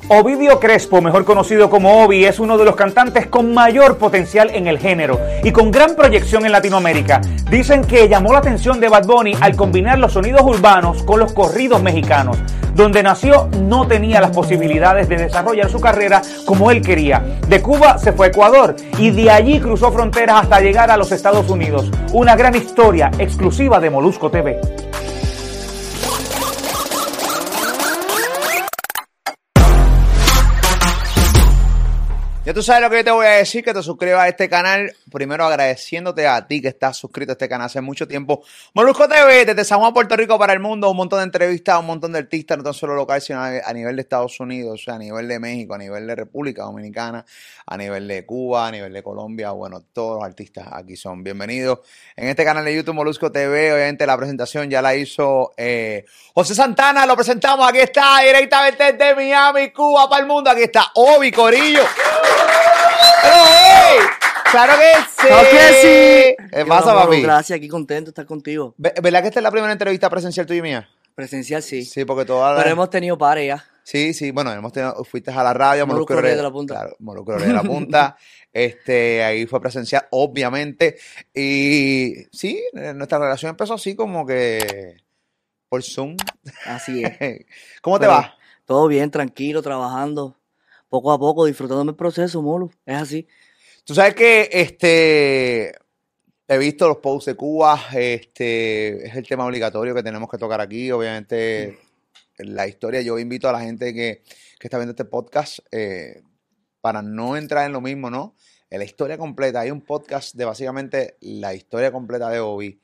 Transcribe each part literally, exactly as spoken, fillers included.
Ovidio Crespo, mejor conocido como Ovi, es uno de los cantantes con mayor potencial en el género y con gran proyección en Latinoamérica. Dicen que llamó la atención de Bad Bunny al combinar los sonidos urbanos con los corridos mexicanos. Donde nació no tenía las posibilidades de desarrollar su carrera como él quería. De Cuba se fue a Ecuador y de allí cruzó fronteras hasta llegar a los Estados Unidos. Una gran historia exclusiva de Molusco T V. Ya tú sabes lo que yo te voy a decir, que te suscribas a este canal. Primero agradeciéndote a ti que estás suscrito a este canal hace mucho tiempo. Molusco T V, desde San Juan, Puerto Rico para el mundo. Un montón de entrevistas, un montón de artistas, no tan solo local, sino a nivel de Estados Unidos, o sea, a nivel de México, a nivel de República Dominicana, a nivel de Cuba, a nivel de Colombia. Bueno, todos los artistas aquí son bienvenidos. En este canal de YouTube, Molusco T V, obviamente la presentación ya la hizo eh, José Santana. Lo presentamos, aquí está, directamente desde Miami, Cuba, para el mundo. Aquí está Ovi, corillo. ¡Pero hey! ¡Claro que sí! ¡Claro que sí! ¿Qué pasa, papi? Gracias, aquí contento de estar contigo. ¿Verdad que esta es la primera entrevista presencial tuya y mía? Presencial, sí. Sí, porque todas las... Pero hemos tenido pares ya. Sí, sí, bueno, hemos tenido... Fuiste a la radio, Molusco Molusco Reyes de la Punta. Claro, Molusco Reyes de la Punta. Este, ahí fue presencial, obviamente. Y sí, nuestra relación empezó así como que... por Zoom. Así es. ¿Cómo te Pero, va? Todo bien, tranquilo, trabajando. Poco a poco, disfrutándome el proceso, Molu. Es así. Tú sabes que este he visto los posts de Cuba, este es el tema obligatorio que tenemos que tocar aquí. Obviamente, la historia, yo invito a la gente que, que está viendo este podcast eh, para no entrar en lo mismo, ¿no? En la historia completa, hay un podcast de básicamente la historia completa de Ovi,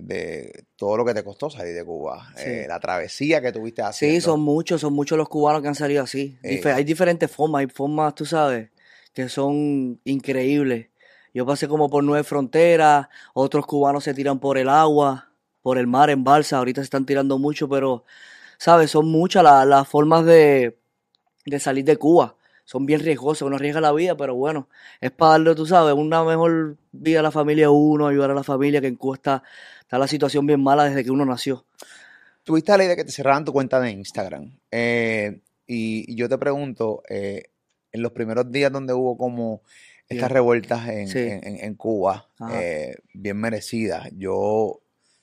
de todo lo que te costó salir de Cuba, sí. eh, la travesía que tuviste haciendo. Sí, son muchos, son muchos los cubanos que han salido así. Eh. Dif- hay diferentes formas, hay formas, tú sabes, que son increíbles. Yo pasé como por nueve fronteras, otros cubanos se tiran por el agua, por el mar, en balsa, ahorita se están tirando mucho, pero, ¿sabes? Son muchas las, las formas de, de salir de Cuba. Son bien riesgosas, uno arriesga la vida, pero bueno, es para darle, tú sabes, una mejor vida a la familia de uno, ayudar a la familia, que en Cuba está, está la situación bien mala desde que uno nació. Tuviste la idea de que te cerraran tu cuenta de Instagram, eh, y, y yo te pregunto, eh, en los primeros días donde hubo como estas sí. revueltas en, sí. en, en, en Cuba, eh, bien merecidas, yo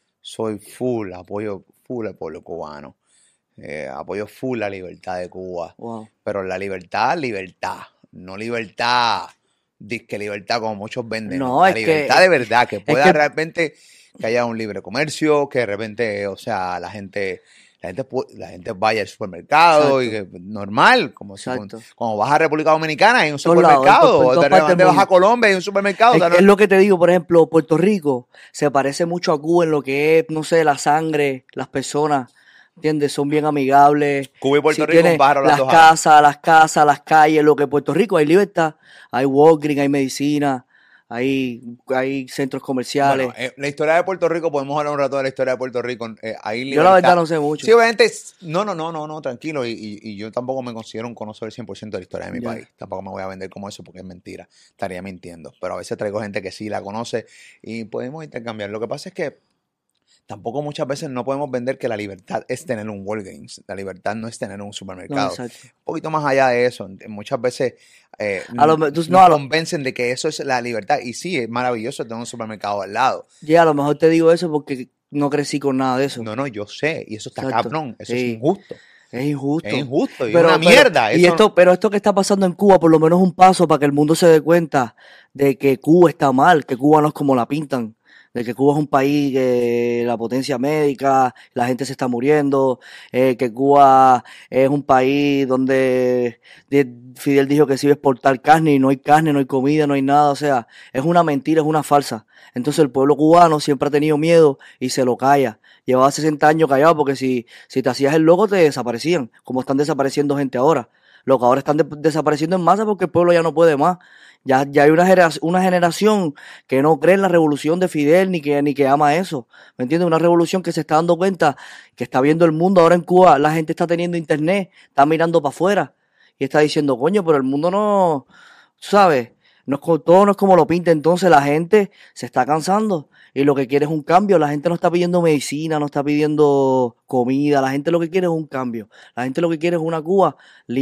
soy full, apoyo full al pueblo cubano. Eh, apoyo full la libertad de Cuba, wow. Pero la libertad, libertad, no libertad, disque libertad como muchos venden, no, la es libertad que, de verdad, que pueda que, realmente, que haya un libre comercio, que de repente, o sea, la gente, la gente, la gente vaya al supermercado, exacto. Y que normal, como si cuando, cuando vas a República Dominicana hay un supermercado, o de repente vas a Colombia hay un supermercado. Es, o sea, no, es lo que te digo, por ejemplo, Puerto Rico se parece mucho a Cuba en lo que es, no sé, la sangre, las personas. ¿Entiendes? Son bien amigables. Cuba y Puerto si Rico un pájaro las dos casas, las casas, las calles, lo que Puerto Rico hay libertad, hay Walgreens, hay medicina, hay, hay centros comerciales. Bueno, eh, la historia de Puerto Rico, podemos hablar un rato de la historia de Puerto Rico. Eh, hay libertad. Yo la verdad no sé mucho. Sí, obviamente, no, no, no, no, no, tranquilo. Y, y, y yo tampoco me considero un conocedor cien por ciento de la historia de mi yeah. país. Tampoco me voy a vender como eso porque es mentira. Estaría mintiendo. Pero a veces traigo gente que sí la conoce y podemos intercambiar. Lo que pasa es que tampoco muchas veces no podemos vender que la libertad es tener un Walgreens. La libertad no es tener un supermercado. No, un poquito más allá de eso. Muchas veces eh, a lo, tú, nos no, convencen de que eso es la libertad. Y sí, es maravilloso tener un supermercado al lado. Ya, yeah, a lo mejor te digo eso porque no crecí con nada de eso. No, no, yo sé. Y eso está exacto. cabrón. Eso sí. es injusto. Es injusto. Es injusto. Y pero, una mierda. Pero, y eso... esto, pero esto que está pasando en Cuba, por lo menos un paso para que el mundo se dé cuenta de que Cuba está mal, que Cuba no es como la pintan. De que Cuba es un país que la potencia médica, la gente se está muriendo, eh, que Cuba es un país donde Fidel dijo que se iba a exportar carne y no hay carne, no hay comida, no hay nada, o sea, es una mentira, es una falsa. Entonces el pueblo cubano siempre ha tenido miedo y se lo calla. Llevaba sesenta años callado porque si, si te hacías el loco te desaparecían, como están desapareciendo gente ahora. Lo que ahora están de- desapareciendo en masa porque el pueblo ya no puede más. Ya, ya hay una generación, una generación que no cree en la revolución de Fidel ni que, ni que ama eso. ¿Me entiendes? Una revolución que se está dando cuenta, que está viendo el mundo. Ahora en Cuba la gente está teniendo internet, está mirando para afuera y está diciendo, coño, pero el mundo no, ¿sabes? No es como, todo no es como lo pinta. Entonces la gente se está cansando y lo que quiere es un cambio. La gente no está pidiendo medicina, no está pidiendo comida. La gente lo que quiere es un cambio. La gente lo que quiere es una Cuba libre.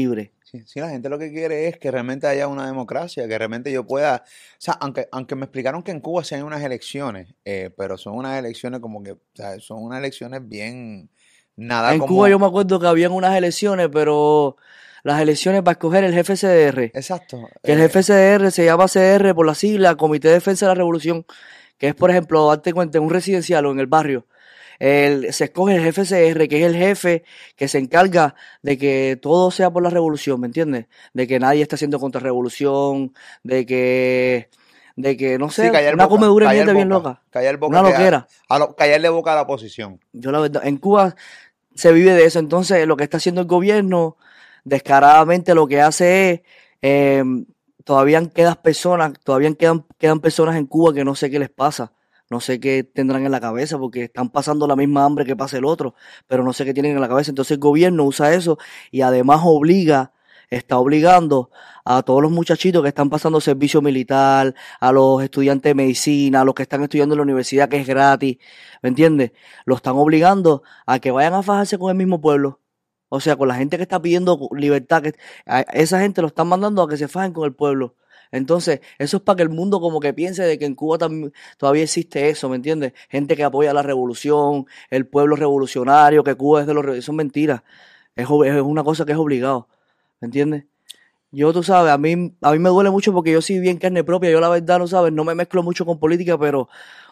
Sí, sí, la gente lo que quiere es que realmente haya una democracia, que realmente yo pueda, o sea, aunque, aunque me explicaron que en Cuba sí hay unas elecciones, eh, pero son unas elecciones como que, o sea, son unas elecciones bien, nada En Cuba yo como, me acuerdo que habían unas elecciones, pero las elecciones para escoger el jefe C D R, exacto, que el eh, jefe C D R se llama C D R por la sigla Comité de Defensa de la Revolución, que es, por ejemplo, date cuenta, en un residencial o en el barrio, el- se escoge el jefe C D R, que es el jefe que se encarga de que todo sea por la revolución, ¿me entiendes? De que nadie esté haciendo contrarrevolución, de que, de que, no sí, sé, callar una boca, comedura de callar mierda bien boca, loca, callar una boca, que a, loquera. a lo- callarle boca a la oposición. Yo la verdad, en Cuba se vive de eso. Entonces, lo que está haciendo el gobierno, descaradamente lo que hace es, eh, todavía quedan personas, todavía quedan, quedan personas en Cuba que no sé qué les pasa. No sé qué tendrán en la cabeza porque están pasando la misma hambre que pasa el otro, pero no sé qué tienen en la cabeza. Entonces el gobierno usa eso y además obliga, está obligando a todos los muchachitos que están pasando servicio militar, a los estudiantes de medicina, a los que están estudiando en la universidad que es gratis, ¿me entiendes? Lo están obligando a que vayan a fajarse con el mismo pueblo. O sea, con la gente que está pidiendo libertad, que a esa gente lo están mandando a que se fajen con el pueblo. Entonces, eso es para que el mundo como que piense de que en Cuba también todavía existe eso, ¿me entiendes? Gente que apoya la revolución, el pueblo revolucionario, que Cuba es de los... re- Eso es mentira. Es, ob- es una cosa que es obligado, ¿me entiendes? Yo, tú sabes, a mí, a mí me duele mucho porque yo sí bien carne propia, yo la verdad, no sabes, no me mezclo mucho con política, pero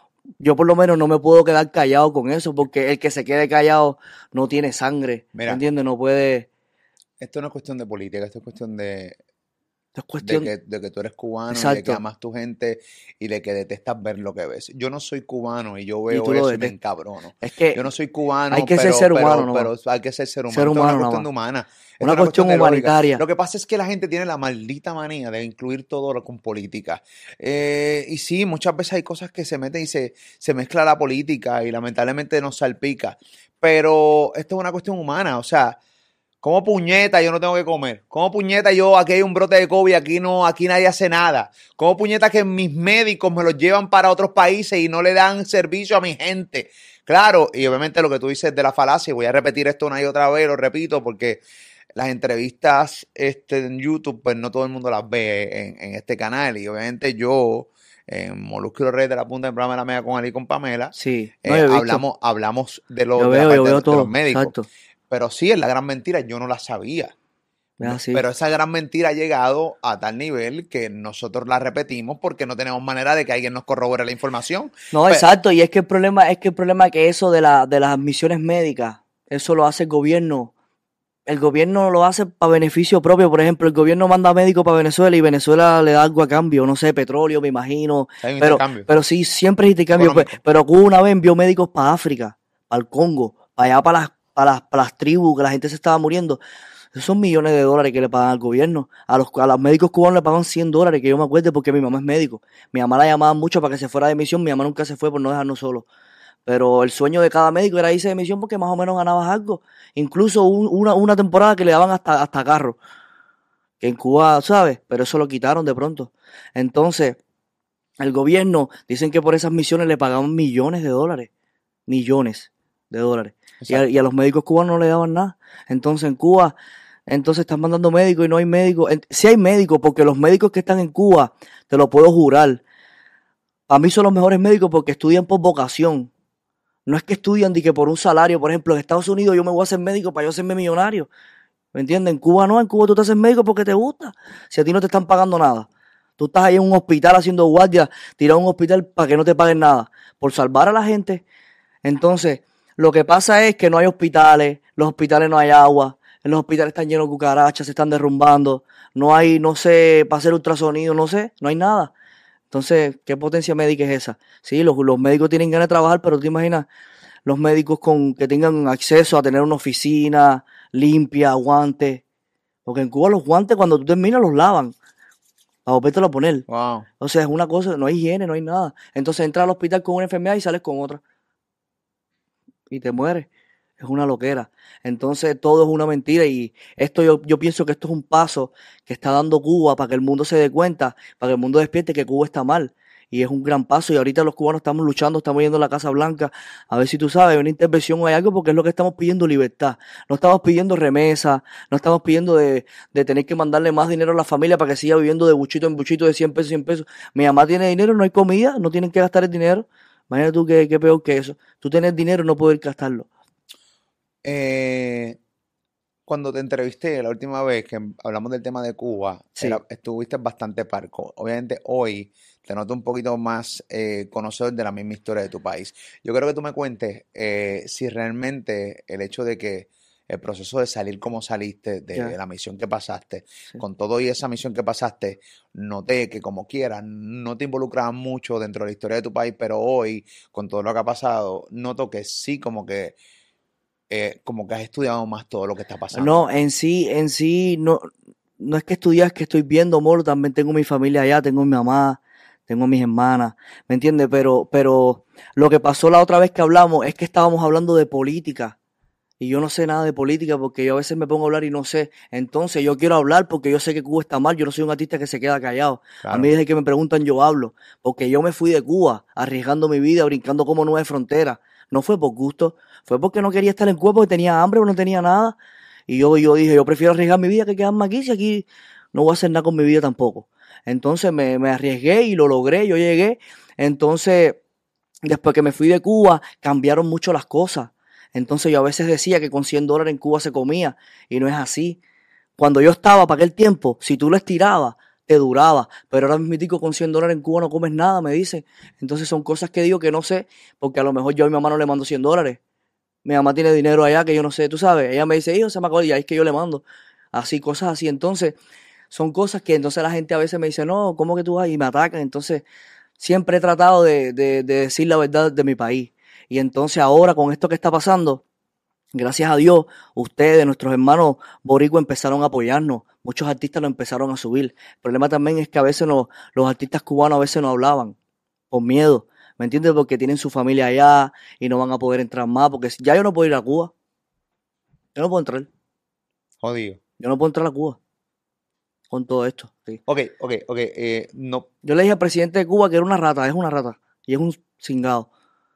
yo por lo menos no me puedo quedar callado con eso, porque el que se quede callado no tiene sangre, ¿me Mira, entiendes? No puede, esto no es cuestión de política, esto es cuestión de, es de cuestión, que, de que tú eres cubano y de que exacto, amas tu gente y de que detestas ver lo que ves. Yo no soy cubano y yo y tú veo lo eso y me detestas. encabrono. Es Yo que no soy hay cubano, que ser pero, ser humano pero, nomás, pero hay que ser ser ser humano. Esto es una humano nada cuestión más, de humana. Esto es una una cuestión cuestión de lógica. humanitaria. Lo que pasa es que la gente tiene la maldita manía de incluir todo lo con política. Eh, y sí, muchas veces hay cosas que se meten y se, se mezcla la política y lamentablemente nos salpica. Pero esto es una cuestión humana. O sea, ¿cómo puñeta yo no tengo que comer? ¿Cómo puñeta yo aquí hay un brote de COVID, aquí no, aquí nadie hace nada? ¿Cómo puñeta que mis médicos me los llevan para otros países y no le dan servicio a mi gente? Claro, y obviamente lo que tú dices de la falacia, y voy a repetir esto una y otra vez, lo repito, porque las entrevistas este, en YouTube, pues no todo el mundo las ve en, en este canal. Y obviamente yo, en Molusco y los Reyes de la Punta del programa de la Mega con Ali y con Pamela, Sí, no, eh, yo he visto, hablamos, hablamos de, lo, yo de la veo, yo parte de, veo los- de los todo, médicos. exacto, Pero sí, es la gran mentira, yo no la sabía. es así. Pero esa gran mentira ha llegado a tal nivel que nosotros la repetimos porque no tenemos manera de que alguien nos corrobore la información. No, Pe- exacto, y es que el problema, es que el problema es que eso de la, de las admisiones médicas, eso lo hace el gobierno. El gobierno lo hace para beneficio propio. Por ejemplo, el gobierno manda médicos para Venezuela y Venezuela le da algo a cambio, no sé, petróleo, me imagino. hay un Pero, intercambio pero sí, siempre es intercambio. Pe- económico. Pero Cuba una vez envió médicos para África, para el Congo, para allá, para las, para las, para las tribus, que la gente se estaba muriendo. Esos son millones de dólares que le pagan al gobierno. A los, a los médicos cubanos le pagan cien dólares, que yo me acuerdo porque mi mamá es médico. Mi mamá la llamaban mucho para que se fuera de misión. Mi mamá nunca se fue por no dejarnos solos. Pero el sueño de cada médico era irse de misión porque más o menos ganabas algo. Incluso un- una, una temporada que le daban hasta, hasta carro. Que en Cuba, ¿sabes? Pero eso lo quitaron de pronto. Entonces, el gobierno, dicen que por esas misiones le pagaban millones de dólares. Millones de dólares. Y a, Exacto. y a los médicos cubanos no le daban nada. Entonces, en Cuba, entonces están mandando médicos y no hay médicos. En- Sí hay médicos, porque los médicos que están en Cuba, te lo puedo jurar, para mí son los mejores médicos porque estudian por vocación. No es que estudian de que por un salario, por ejemplo, en Estados Unidos yo me voy a hacer médico para yo hacerme millonario. ¿Me entiendes? En Cuba no, en Cuba tú te haces médico porque te gusta. Si a ti no te están pagando nada. Tú estás ahí en un hospital haciendo guardia, tirado a un hospital para que no te paguen nada. Por salvar a la gente. Entonces, lo que pasa es que no hay hospitales, los hospitales no hay agua, en los hospitales están llenos de cucarachas, se están derrumbando, no hay, no sé, para hacer ultrasonido, no sé, no hay nada. Entonces, ¿qué potencia médica es esa? Sí, los, los médicos tienen ganas de trabajar, pero tú te imaginas los médicos con que tengan acceso a tener una oficina limpia, guantes. Porque en Cuba los guantes cuando tú terminas los lavan para volvértelo a poner. Wow. O sea, es una cosa, no hay higiene, no hay nada. Entonces entras al hospital con una enfermedad y sales con otra. Y te mueres. Es una loquera. Entonces todo es una mentira y esto yo, yo pienso que esto es un paso que está dando Cuba para que el mundo se dé cuenta, para que el mundo despierte que Cuba está mal. y es un gran paso, y ahorita los cubanos estamos luchando, estamos yendo a la Casa Blanca, a ver si tú sabes, hay una intervención o hay algo, porque es lo que estamos pidiendo, libertad. No estamos pidiendo remesa, no estamos pidiendo de, de tener que mandarle más dinero a la familia para que siga viviendo de buchito en buchito, de cien pesos, cien pesos. Mi mamá tiene dinero, no hay comida, no tienen que gastar el dinero. Imagínate tú qué, qué peor que eso. Tú tienes dinero y no poder gastarlo. Eh, cuando te entrevisté la última vez que hablamos del tema de Cuba, Sí. era- estuviste bastante parco. Obviamente hoy te noto un poquito más eh, conocedor de la misma historia de tu país. Yo creo que tú me cuentes eh, si realmente el hecho de que el proceso de salir como saliste, de Ya. la misión que pasaste, Sí. con todo y esa misión que pasaste, noté que como quieras, no te involucrabas mucho dentro de la historia de tu país, pero hoy, con todo lo que ha pasado, noto que sí, como que eh, como que has estudiado más todo lo que está pasando. No, en sí, en sí, no, no es que estudiar, es que estoy viendo, Moro, también tengo mi familia allá, tengo mi mamá, tengo mis hermanas, ¿me entiendes? Pero, pero lo que pasó la otra vez que hablamos es que estábamos hablando de política. Y yo no sé nada de política porque yo a veces me pongo a hablar y no sé. Entonces yo quiero hablar porque yo sé que Cuba está mal. Yo no soy un artista que se queda callado. Claro. A mí desde que me preguntan yo hablo. Porque yo me fui de Cuba arriesgando mi vida, brincando como nueve fronteras. No fue por gusto. Fue porque no quería estar en Cuba porque tenía hambre o no tenía nada. Y yo, yo dije, yo prefiero arriesgar mi vida que quedarme aquí si aquí no voy a hacer nada con mi vida tampoco. Entonces me, me arriesgué y lo logré. Yo llegué. Entonces, después que me fui de Cuba, cambiaron mucho las cosas. Entonces yo a veces decía que con cien dólares en Cuba se comía y no es así. Cuando yo estaba para aquel tiempo, si tú lo estirabas, te duraba. Pero ahora mismo con cien dólares en Cuba no comes nada, me dicen. Entonces son cosas que digo que no sé, porque a lo mejor yo a mi mamá no le mando cien dólares. Mi mamá tiene dinero allá que yo no sé, tú sabes. Ella me dice, hijo, se me acabó, y ahí es que yo le mando. Así, cosas así. Entonces, son cosas que entonces la gente a veces me dice, no, ¿cómo que tú vas? Y me atacan. Entonces, siempre he tratado de, de, de decir la verdad de mi país. Y entonces ahora con esto que está pasando, gracias a Dios, ustedes, nuestros hermanos boricuas empezaron a apoyarnos. Muchos artistas lo empezaron a subir. El problema también es que a veces no, los artistas cubanos a veces no hablaban por miedo. ¿Me entiendes? Porque tienen su familia allá y no van a poder entrar más. Porque ya yo no puedo ir a Cuba. Yo no puedo entrar. Jodido. Yo no puedo entrar a Cuba con todo esto. Sí. Ok, ok, ok. Eh, no, Yo le dije al presidente de Cuba que era una rata, es una rata. Y es un cingado.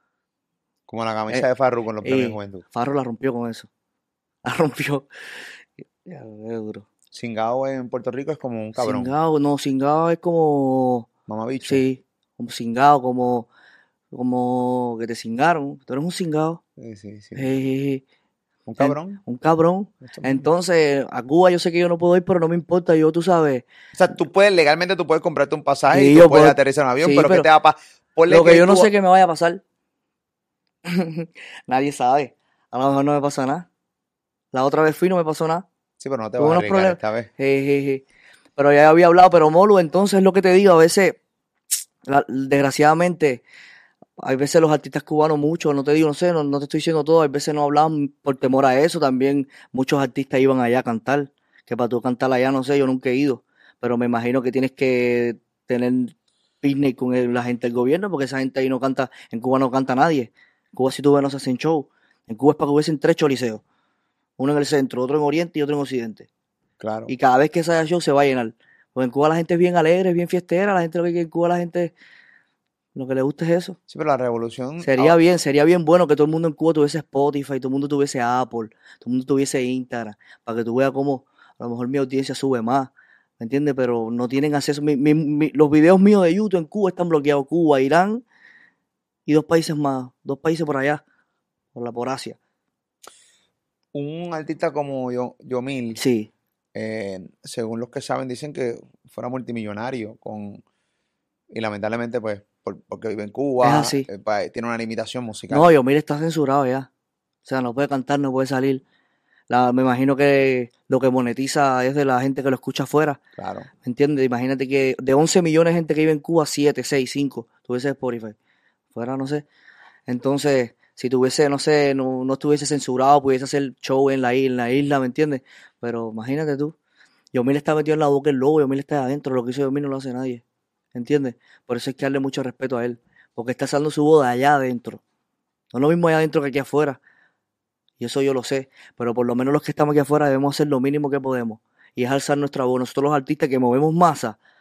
como la camisa Eh, de Farru con los premios de Y juventud. Farro la rompió con eso. La rompió. Ya, qué duro. Cingao en Puerto Rico es como un cabrón. Cingado, no, cingado es como. Mamabicho. Sí, como cingado, como. Como que te cingaron. Tú eres un cingado. Sí, sí, sí. Eh, Un cabrón. un cabrón. Esto mismo. Entonces, a Cuba yo sé que yo no puedo ir, pero no me importa. Yo, tú sabes. O sea, tú puedes, legalmente tú puedes comprarte un pasaje Sí, y tú yo puedes puedo- aterrizar en un avión, sí, pero, ¿qué pero te va a pasar? Ponle Lo que yo no tú- sé que me vaya a pasar. Nadie sabe. A lo mejor no me pasa nada. La otra vez fui y no me pasó nada. Sí, pero no te Tuve vas a unos arriesgar problemas. esta vez. Je, je, je. Pero ya había hablado, pero Molu, entonces lo que te digo, a veces, la- desgraciadamente, hay veces los artistas cubanos, muchos, no te digo, no sé, no, no te estoy diciendo todo, hay veces no hablaban por temor a eso, también muchos artistas iban allá a cantar, que para tú cantar allá, no sé, yo nunca he ido, pero me imagino que tienes que tener business con el- la gente del gobierno, porque esa gente ahí no canta, en Cuba no canta nadie, en Cuba si tú ves no se hacen show, en Cuba es para que hubiesen tres choriceos, uno en el centro, otro en Oriente y otro en Occidente. Claro. Y cada vez que se haya show se va a llenar. Porque en Cuba la gente es bien alegre, es bien fiestera, la gente lo que quiere en Cuba, la gente lo que le gusta es eso. Sí, pero la revolución. Sería ah, bien, sería bien bueno que todo el mundo en Cuba tuviese Spotify, todo el mundo tuviese Apple, todo el mundo tuviese Instagram, para que tú veas cómo a lo mejor mi audiencia sube más, ¿me entiendes? Pero no tienen acceso. Mi- mi- mi- los videos míos de YouTube en Cuba están bloqueados. Cuba, Irán y dos países más, dos países por allá, por la por Asia. Un artista como yo, Yomil, Sí, eh, según los que saben, dicen que fuera multimillonario con y lamentablemente, pues, por- porque vive en es Cuba, así. eh, pa- tiene una limitación musical. No, yo mira, está censurado ya. O sea, no puede cantar, no puede salir. La, me imagino que lo que monetiza es de la gente que lo escucha afuera. Claro. ¿Me entiendes? Imagínate que de once millones de gente que vive en Cuba, siete, seis, cinco, tuviese Spotify. Fuera, no sé. Entonces, si tuviese, no sé, no, no estuviese censurado, pudiese hacer show en la, isla, en la isla, ¿me entiendes? Pero imagínate tú. Yomil está metido en la boca del lobo, Yomil está adentro, lo que hizo Yomil no lo hace nadie. ¿Entiendes? Por eso hay que darle mucho respeto a él. Porque está haciendo su boda allá adentro. No es lo mismo allá adentro que aquí afuera. Y eso yo lo sé. Pero por lo menos los que estamos aquí afuera debemos hacer lo mínimo que podemos. Y es alzar nuestra voz. Nosotros los artistas que movemos masa,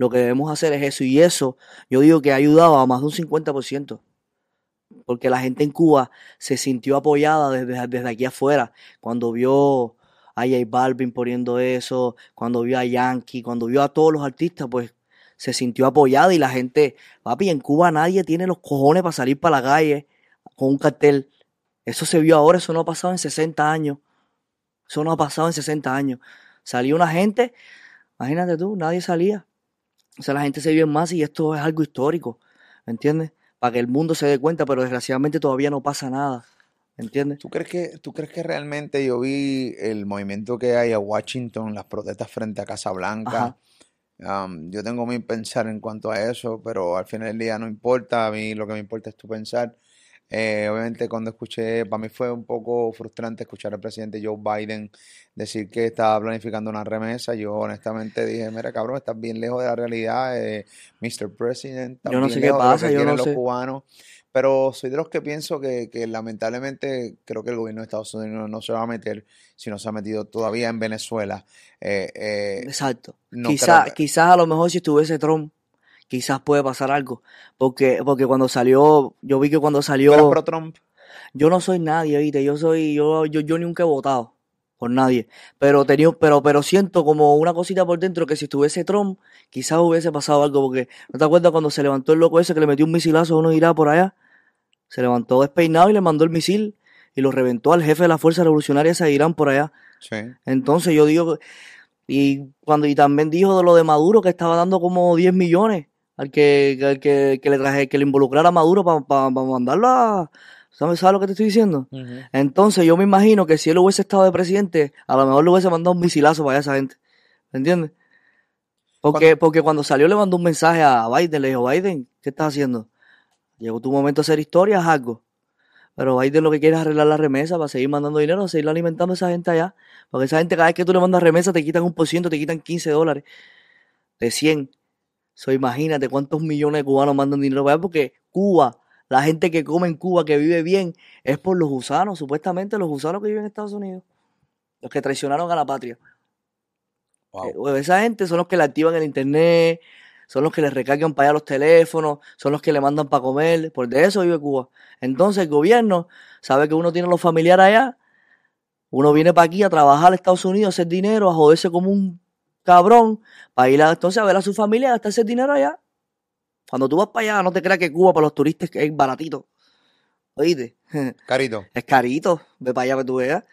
Lo que debemos hacer es eso, y eso yo digo que ha ayudado a más de un cincuenta por ciento. Porque la gente en Cuba se sintió apoyada desde, desde aquí afuera, cuando vio a J Balvin poniendo eso, cuando vio a Yankee, cuando vio a todos los artistas, pues se sintió apoyada, y la gente, papi, en Cuba nadie tiene los cojones para salir para la calle con un cartel. Eso se vio ahora, eso no ha pasado en sesenta años. Eso no ha pasado en sesenta años. Salió una gente, imagínate tú, nadie salía. O sea, la gente se vio en masa, y esto es algo histórico, ¿me entiendes? Para que el mundo se dé cuenta, pero desgraciadamente todavía no pasa nada, ¿entiendes? ¿Tú crees que, tú crees que realmente yo vi el movimiento que hay a Washington, las protestas frente a Casa Blanca? Um, yo tengo mi pensar en cuanto a eso, pero al final del día no importa, a mí lo que me importa es tu pensar. Eh, obviamente cuando escuché, para mí fue un poco frustrante escuchar al presidente Joe Biden decir que estaba planificando una remesa. Yo honestamente dije, mira cabrón, estás bien lejos de la realidad, eh, mister President, estás Yo no bien sé qué lejos de lo pasa, que yo quieren no los sé. cubanos. Pero soy de los que pienso que, que lamentablemente creo que el gobierno de Estados Unidos no se va a meter, si no se ha metido todavía en Venezuela. Eh, eh, Exacto. no Quizás, creo que... quizás a lo mejor si estuviese Trump, quizás puede pasar algo. Porque, porque cuando salió, yo vi que cuando ¿Tú eras salió, pro Trump? yo no soy nadie, ¿viste? Yo soy, yo, yo, yo nunca he votado por nadie. Pero tenía, pero, pero siento como una cosita por dentro que si estuviese Trump, quizás hubiese pasado algo. Porque, ¿no te acuerdas cuando se levantó el loco ese que le metió un misilazo a uno irá por allá? Se levantó despeinado y le mandó el misil y lo reventó al jefe de la Fuerza Revolucionaria esa de Irán por allá. Sí. Entonces yo digo, y cuando y también dijo de lo de Maduro, que estaba dando como diez millones al que, al que, que le traje, que le involucrara a Maduro para pa, pa mandarlo a... ¿Sabes, ¿Sabes lo que te estoy diciendo? Uh-huh. Entonces yo me imagino que si él hubiese estado de presidente, a lo mejor le hubiese mandado un misilazo para esa gente. ¿Me entiendes? Porque, ¿Cuándo? porque cuando salió le mandó un mensaje a Biden, le dijo, Biden, ¿qué estás haciendo? Llegó tu momento de hacer historia, haz algo. Pero Biden lo que quiere es arreglar la remesa para seguir mandando dinero, seguir alimentando a esa gente allá. Porque esa gente cada vez que tú le mandas remesa te quitan un por ciento, te quitan quince dólares de cien. So, imagínate cuántos millones de cubanos mandan dinero para allá, porque Cuba, la gente que come en Cuba, que vive bien, es por los gusanos, supuestamente los gusanos que viven en Estados Unidos. Los que traicionaron a la patria. Wow. Eh, esa gente son los que le activan el internet, son los que le recargan para allá los teléfonos, son los que le mandan para comer, por de eso vive Cuba. Entonces el gobierno sabe que uno tiene a los familiares allá, uno viene para aquí a trabajar a Estados Unidos, a hacer dinero, a joderse como un cabrón, para ir a, entonces a ver a su familia, a gastar ese dinero allá. Cuando tú vas para allá, no te creas que Cuba para los turistas es baratito. ¿Oíste? Carito. Es carito, ve para allá que tú veas.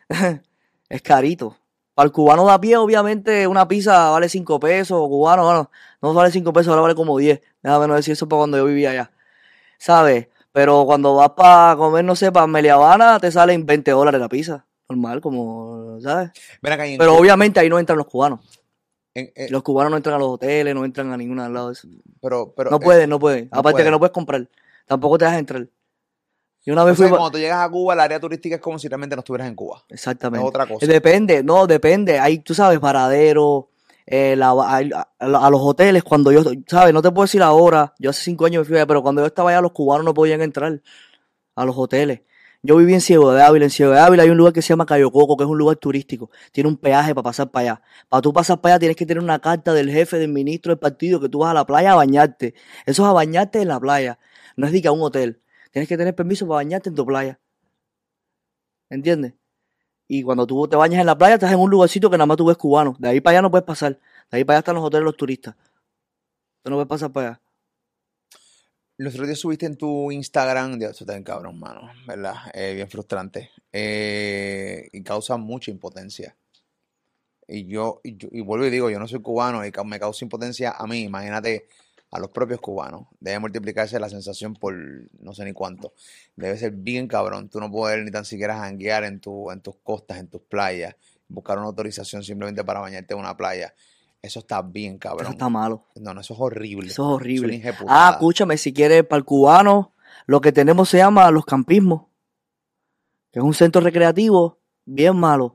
Es carito. Para el cubano de a pie, obviamente, una pizza vale cinco pesos, cubano, bueno, no vale cinco pesos, ahora vale como diez. Déjame no decir eso para cuando yo vivía allá. ¿Sabes? Pero cuando vas para comer, no sé, para Melia Habana, te salen veinte dólares la pizza. Normal, como, ¿sabes? Ven acá, y en Pero Cuba- obviamente ahí no entran los cubanos. en- en- Los cubanos no entran a los hoteles, no entran a ningún lado de eso. pero, pero, No eh, pueden, no pueden. no Aparte que pueden. no puedes comprar. Tampoco te dejas entrar. Y una o vez sea, fui... pa- cuando tú llegas a Cuba, el área turística es como si realmente no estuvieras en Cuba. Exactamente. Es otra cosa. Depende, no, depende. Hay, tú sabes, paradero, eh, la- a, a- a los hoteles, cuando yo, ¿sabes? No te puedo decir ahora, yo hace cinco años me fui allá, pero cuando yo estaba allá, los cubanos no podían entrar a los hoteles. Yo viví en Ciego de Ávila. En Ciego de Ávila hay un lugar que se llama Cayo Coco, que es un lugar turístico. Tiene un peaje para pasar para allá. Para tú pasar para allá tienes que tener una carta del jefe, del ministro del partido, que tú vas a la playa a bañarte. Eso es a bañarte en la playa. No es de que a un hotel. Tienes que tener permiso para bañarte en tu playa. ¿Entiendes? Y cuando tú te bañas en la playa, estás en un lugarcito que nada más tú ves cubanos. De ahí para allá no puedes pasar. De ahí para allá están los hoteles de los turistas. Tú no puedes pasar para allá. Los otros días subiste en tu Instagram, Dios, eso está bien cabrón, mano, ¿verdad? Eh, bien frustrante. Eh, y causa mucha impotencia. Y yo, y yo, y vuelvo y digo, yo no soy cubano y ca- me causa impotencia a mí, imagínate a los propios cubanos. Debe multiplicarse la sensación por no sé ni cuánto. Debe ser bien cabrón. Tú no poder ni tan siquiera janguear en tu, en tus costas, en tus playas, buscar una autorización simplemente para bañarte en una playa. Eso está bien Eso cabrón. está malo. No, no, eso es horrible. Eso es Es una horrible. injeputada. Ah, escúchame, si quieres, para el cubano, lo que tenemos se llama los campismos, que es un centro recreativo bien malo,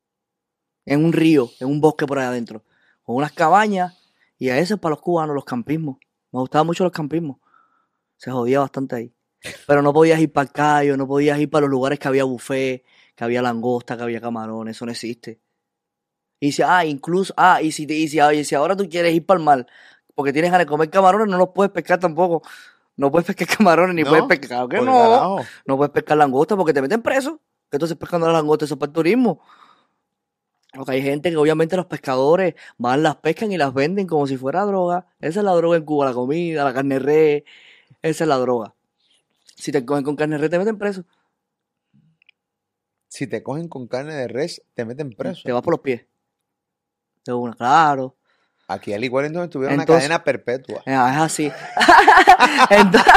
en un río, en un bosque por allá adentro, con unas cabañas, y a eso es para los cubanos, los campismos. Me gustaban mucho los campismos. Se jodía bastante ahí. Pero no podías ir para el Cayo, no podías ir para los lugares que había buffet, que había langosta, que había camarones, eso no existe. Y si, ah, incluso, ah, y si, te, y si, y si ahora tú quieres ir para el mar, porque tienes ganas de comer camarones, no los puedes pescar tampoco. No puedes pescar camarones ni ¿No? puedes pescar. Claro que Por no. carajo. No puedes pescar langosta porque te meten preso. Que entonces pescando las langostas, eso es para el turismo. Porque hay gente que obviamente los pescadores van, las pescan y las venden como si fuera droga. Esa es la droga en Cuba, la comida, la carne de res. Esa es la droga. Si te cogen con carne de res, te meten preso. Si te cogen con carne de res, te meten preso. Te vas por los pies. De una, claro. Aquí al igual entonces tuvieron Entonces- una cadena perpetua. Ah, es así. Entonces...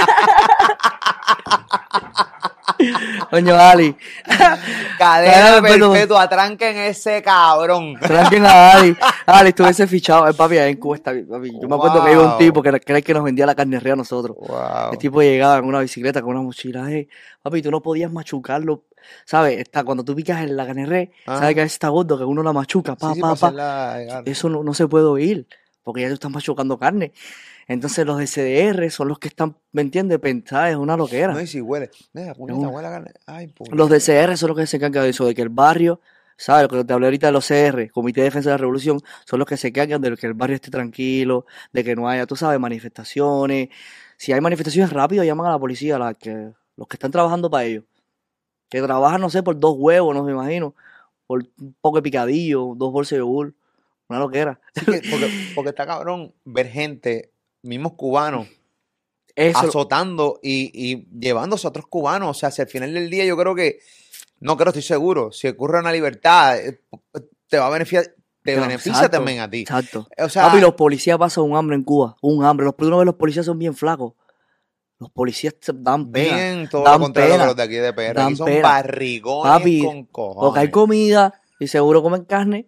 Coño, Ali. Cadena Cadena perpetua. perpetua, tranquen ese cabrón. Tranquen a Ali. Ali estuviese fichado. Eh, papi, ahí en Cuba está bien, papi. Yo me acuerdo que iba un Wow. tipo que era que, era el que nos vendía la carne rea a nosotros. Wow. El tipo llegaba en una bicicleta con una mochila. Hey, papi, tú no podías machucarlo. ¿Sabes? Está, cuando tú picas en la carne rea, Ah. ¿sabes que a veces está gordo? Que uno la machuca. Pa, Sí, sí, pa, para pa. hacerla- Eso no, no se puede oír. Porque ya tú estás machucando carne. Entonces los de C D R son los que están, ¿me entiendes? Pensadas, es una loquera. No, y si huele. Mira, puñeta, una- huele a carne. Ay, puñeta. Los de C R son los que se encargan de eso, de que el barrio, ¿sabes? Lo que te hablé ahorita de los C R, Comité de Defensa de la Revolución, son los que se encargan de que el barrio esté tranquilo, de que no haya, tú sabes, manifestaciones. Si hay manifestaciones rápido, llaman a la policía, la que, los que están trabajando para ellos. Que trabajan, no sé, por dos huevos, no me imagino, por un poco de picadillo, dos bolsas de yogur, una loquera. Sí que- porque, porque está cabrón ver gente, mismos cubanos, Eso, azotando y, y llevándose a otros cubanos. O sea, si al final del día yo creo que, no creo, estoy seguro, si ocurre una libertad, eh, te va a beneficiar, te no, beneficia exacto, también a ti. Exacto. O sea, Papi, los policías pasan un hambre en Cuba, un hambre. Los primeros los policías son bien flacos. Los policías se dan pena. ven todo dan lo contrario pena, que los de aquí de P R. dan Aquí son pena. barrigones Papi, con cojones. Porque hay comida y seguro comen carne.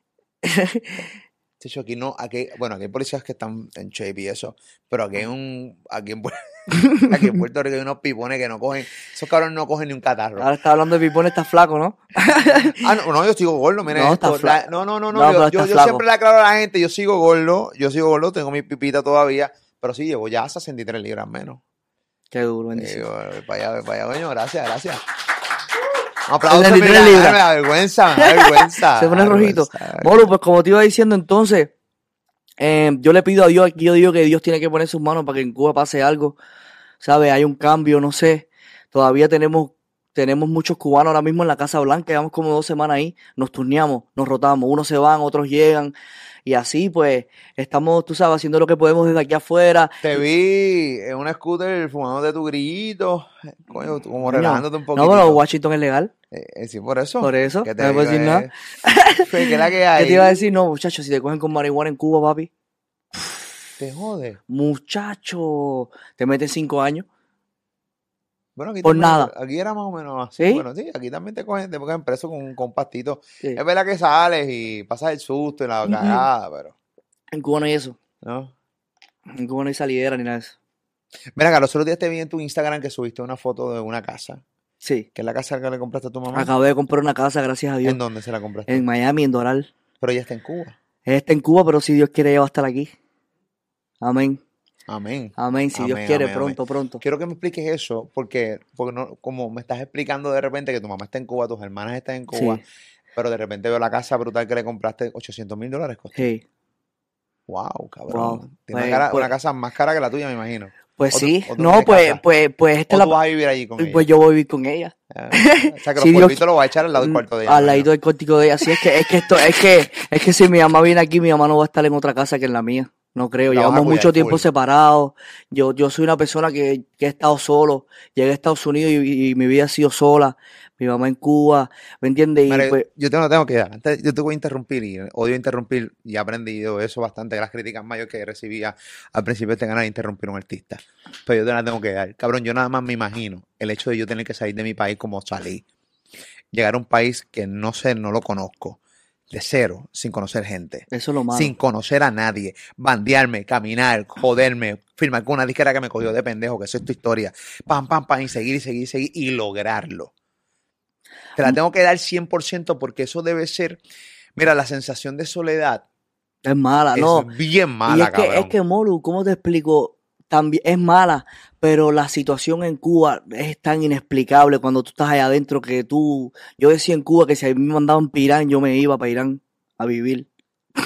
De hecho, aquí no, aquí, bueno, aquí hay policías que están en shape y eso, pero aquí hay un, aquí en, Pu- aquí en Puerto Rico hay unos pipones que no cogen, esos cabrones no cogen ni un catarro. Ahora está hablando de Pipón, está flaco, ¿no? Ah, no, no, yo sigo gordo, mira No, esto. está fla- La- no, no, no, no, No, yo, pero yo, está yo flaco. siempre le aclaro a la gente, yo sigo gordo, yo sigo gordo, tengo mi pipita todavía, pero sí, llevo ya sesenta y tres libras menos. Qué duro, Eh, bendición. voy para allá, voy para allá, coño, gracias, gracias. Un aplauso, sesenta y tres mira, libras. me da vergüenza, me da vergüenza. Se pone me da rojito. vergüenza. Molo, pues como te iba diciendo entonces, eh, yo le pido a Dios, aquí yo digo que Dios tiene que poner sus manos para que en Cuba pase algo, ¿sabes? Hay un cambio, no sé. Todavía tenemos, tenemos muchos cubanos ahora mismo en la Casa Blanca, llevamos como dos semanas ahí, nos turneamos, nos rotamos, unos se van, otros llegan, y así pues estamos, tú sabes, haciendo lo que podemos desde aquí afuera. Te vi en un scooter fumando de tu grillito, coño, tú como Coño, relajándote un no, poquito. pero Washington es legal, Eh, eh, sí, por eso. por eso, ¿Qué no me puedo decir digo, nada. eh? Pues, ¿qué es la que ¿Qué hay? te iba a decir? No, muchachos, si te cogen con marihuana en Cuba, papi, Te jode. muchacho, te meten cinco años. Bueno, aquí Por también- nada. Aquí era más o menos así. ¿Sí? Bueno, sí, aquí también te cogen, te cogen preso con, con pastito. Sí. Es verdad que sales y pasas el susto y la Ujú. cagada, pero, En Cuba no hay eso, ¿no? en Cuba no hay salidera ni nada de eso. Mira, Carlos, los otros días te vi en tu Instagram que subiste una foto de una casa. Sí, ¿Qué es la casa que le compraste a tu mamá? acabé de comprar una casa, gracias a Dios, ¿En dónde se la compraste? en Miami, en Doral. Pero ella está en Cuba. Ella está en Cuba, pero si Dios quiere, ella va a estar aquí. Amén, Amén. amén, si Dios Amén, quiere, amén, pronto, pronto. Quiero que me expliques eso, porque, porque no, como me estás explicando de repente que tu mamá está en Cuba, tus hermanas están en Cuba, Sí, pero de repente veo la casa brutal que le compraste, ochocientos mil dólares costó. sí. Wow, cabrón. Wow. Tiene Pues- una, cara- pues- una casa más cara que la tuya, me imagino. Pues ¿O tú- sí, o tú no no, tienes pues, casa? pues, pues esta ¿O es tú la... vas a vivir allí con ella? Pues yo voy a vivir con ella. Ah, o sea, que Si los Dios- polvitos los va a echar al lado del cuarto de ella. Al me ladito del cuartico de ella. Sí, es que, es que esto, es que, es que si mi mamá viene aquí, mi mamá no va a estar en otra casa que en la mía. No creo. La vas a Llevamos cuidar mucho tiempo full. separados. Yo, yo soy una persona que, que he estado solo. Llegué a Estados Unidos y, y mi vida ha sido sola. Mi mamá en Cuba, ¿me entiendes? Y Mira, pues, yo te lo tengo que dar. Antes, yo te voy a interrumpir y odio interrumpir y he aprendido eso bastante. Las críticas mayores que recibía al principio de este canal, interrumpir a un artista. Pero yo te las tengo que dar. Cabrón, yo nada más me imagino el hecho de yo tener que salir de mi país como salí. Llegar a un país que no sé, no lo conozco. De cero, sin conocer gente. eso es lo malo. Sin conocer a nadie, bandearme, caminar, joderme, firmar con una disquera que me cogió de pendejo, que eso es tu historia, pam, pam, pam, y seguir, y seguir, y seguir, y lograrlo. Te la tengo que dar cien por ciento porque eso debe ser, mira, la sensación de soledad Es mala, es no. bien Y mala, es que, cabrón. es que, Molu, ¿cómo te explico? También es mala, pero la situación en Cuba es tan inexplicable cuando tú estás allá adentro que tú... Yo decía en Cuba que si a mí me mandaban para Irán, yo me iba para Irán a vivir.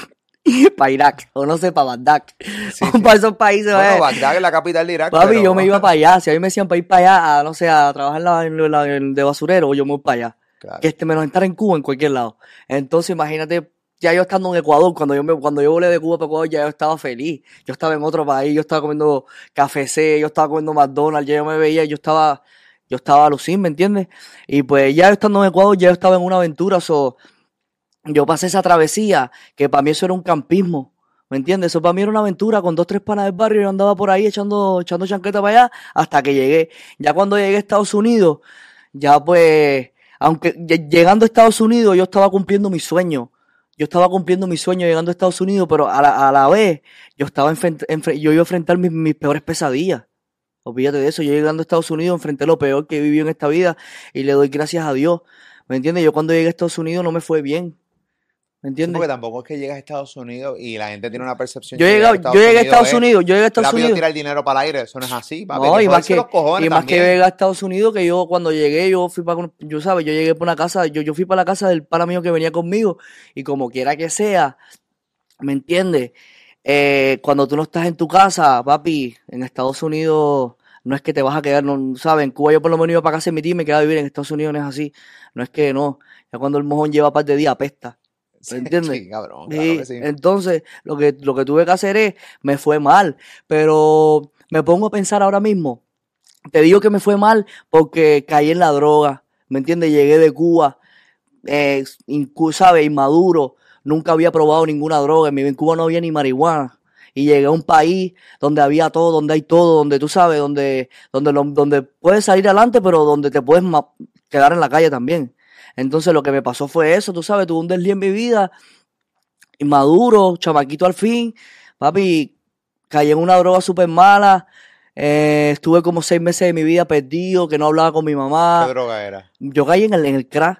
para Irak, o no sé, para Bagdad, Sí, o sí. para esos países. Bueno, eh. Bagdad es la capital de Irak. Papi, pero- yo me iba para allá. Si a mí me decían para ir para allá, a, no sé, a trabajar en la, en la- en- de basurero, yo me voy para allá. Claro. Que este menos estar en Cuba, en cualquier lado. Entonces, imagínate, ya yo estando en Ecuador, cuando yo me, cuando yo volé de Cuba para Ecuador, ya yo estaba feliz. Yo estaba en otro país, yo estaba comiendo K F C, yo estaba comiendo McDonald's, ya yo me veía, yo estaba, yo estaba alucin, ¿me entiendes? Y pues ya yo estando en Ecuador, ya yo estaba en una aventura, so, yo pasé esa travesía, que para mí eso era un campismo. ¿Me entiendes? Eso para mí era una aventura con dos, tres panas del barrio. Yo andaba por ahí echando, echando chanqueta para allá hasta que llegué. Ya cuando llegué a Estados Unidos, ya pues, aunque lle- llegando a Estados Unidos yo estaba cumpliendo mi sueño. Yo estaba cumpliendo mi sueño llegando a Estados Unidos, pero a la, a la vez yo estaba enfrent- enfre- yo iba a enfrentar mis, mis peores pesadillas. Olvídate de eso. Yo llegando a Estados Unidos enfrenté lo peor que he vivido en esta vida y le doy gracias a Dios. ¿Me entiendes? Yo cuando llegué a Estados Unidos no me fue bien. ¿Me Sí, entiendes? porque tampoco es que llegas a Estados Unidos y la gente tiene una percepción Yo que llegué, llegar yo llegué a Estados Unidos, yo llegué a Estados rápido Unidos. tirar dinero para el aire. Eso no es así, papi. No, Hay que y más joderse que, los cojones y más que también. llegué a Estados Unidos, que yo cuando llegué, yo fui para, yo sabes, yo llegué por una casa, yo, yo fui para la casa del pana mío que venía conmigo, y como quiera que sea, ¿me entiendes? Eh, cuando tú no estás en tu casa, papi, en Estados Unidos no es que te vas a quedar, no, ¿sabes? En Cuba yo por lo menos iba para casa de mi tía y me quedaba a vivir, en Estados Unidos no es así, no es que no, ya cuando el mojón lleva par de días apesta. ¿Me entiendes? Sí, cabrón, claro Sí, que sí. entonces lo que, lo que tuve que hacer es, me fue mal, pero me pongo a pensar ahora mismo, te digo que me fue mal porque caí en la droga, ¿me entiendes? Llegué de Cuba, eh, incu- ¿sabes? Inmaduro, nunca había probado ninguna droga, en mi en Cuba no había ni marihuana. Y llegué a un país donde había todo, donde hay todo, donde tú sabes, donde, donde, lo- donde puedes salir adelante, pero donde te puedes ma- quedar en la calle también. Entonces lo que me pasó fue eso, tú sabes, tuve un desliz en mi vida, inmaduro, chamaquito al fin, papi, caí en una droga súper mala, eh, estuve como seis meses de mi vida perdido, que no hablaba con mi ¿Qué mamá, droga era? yo caí en el, en el crack.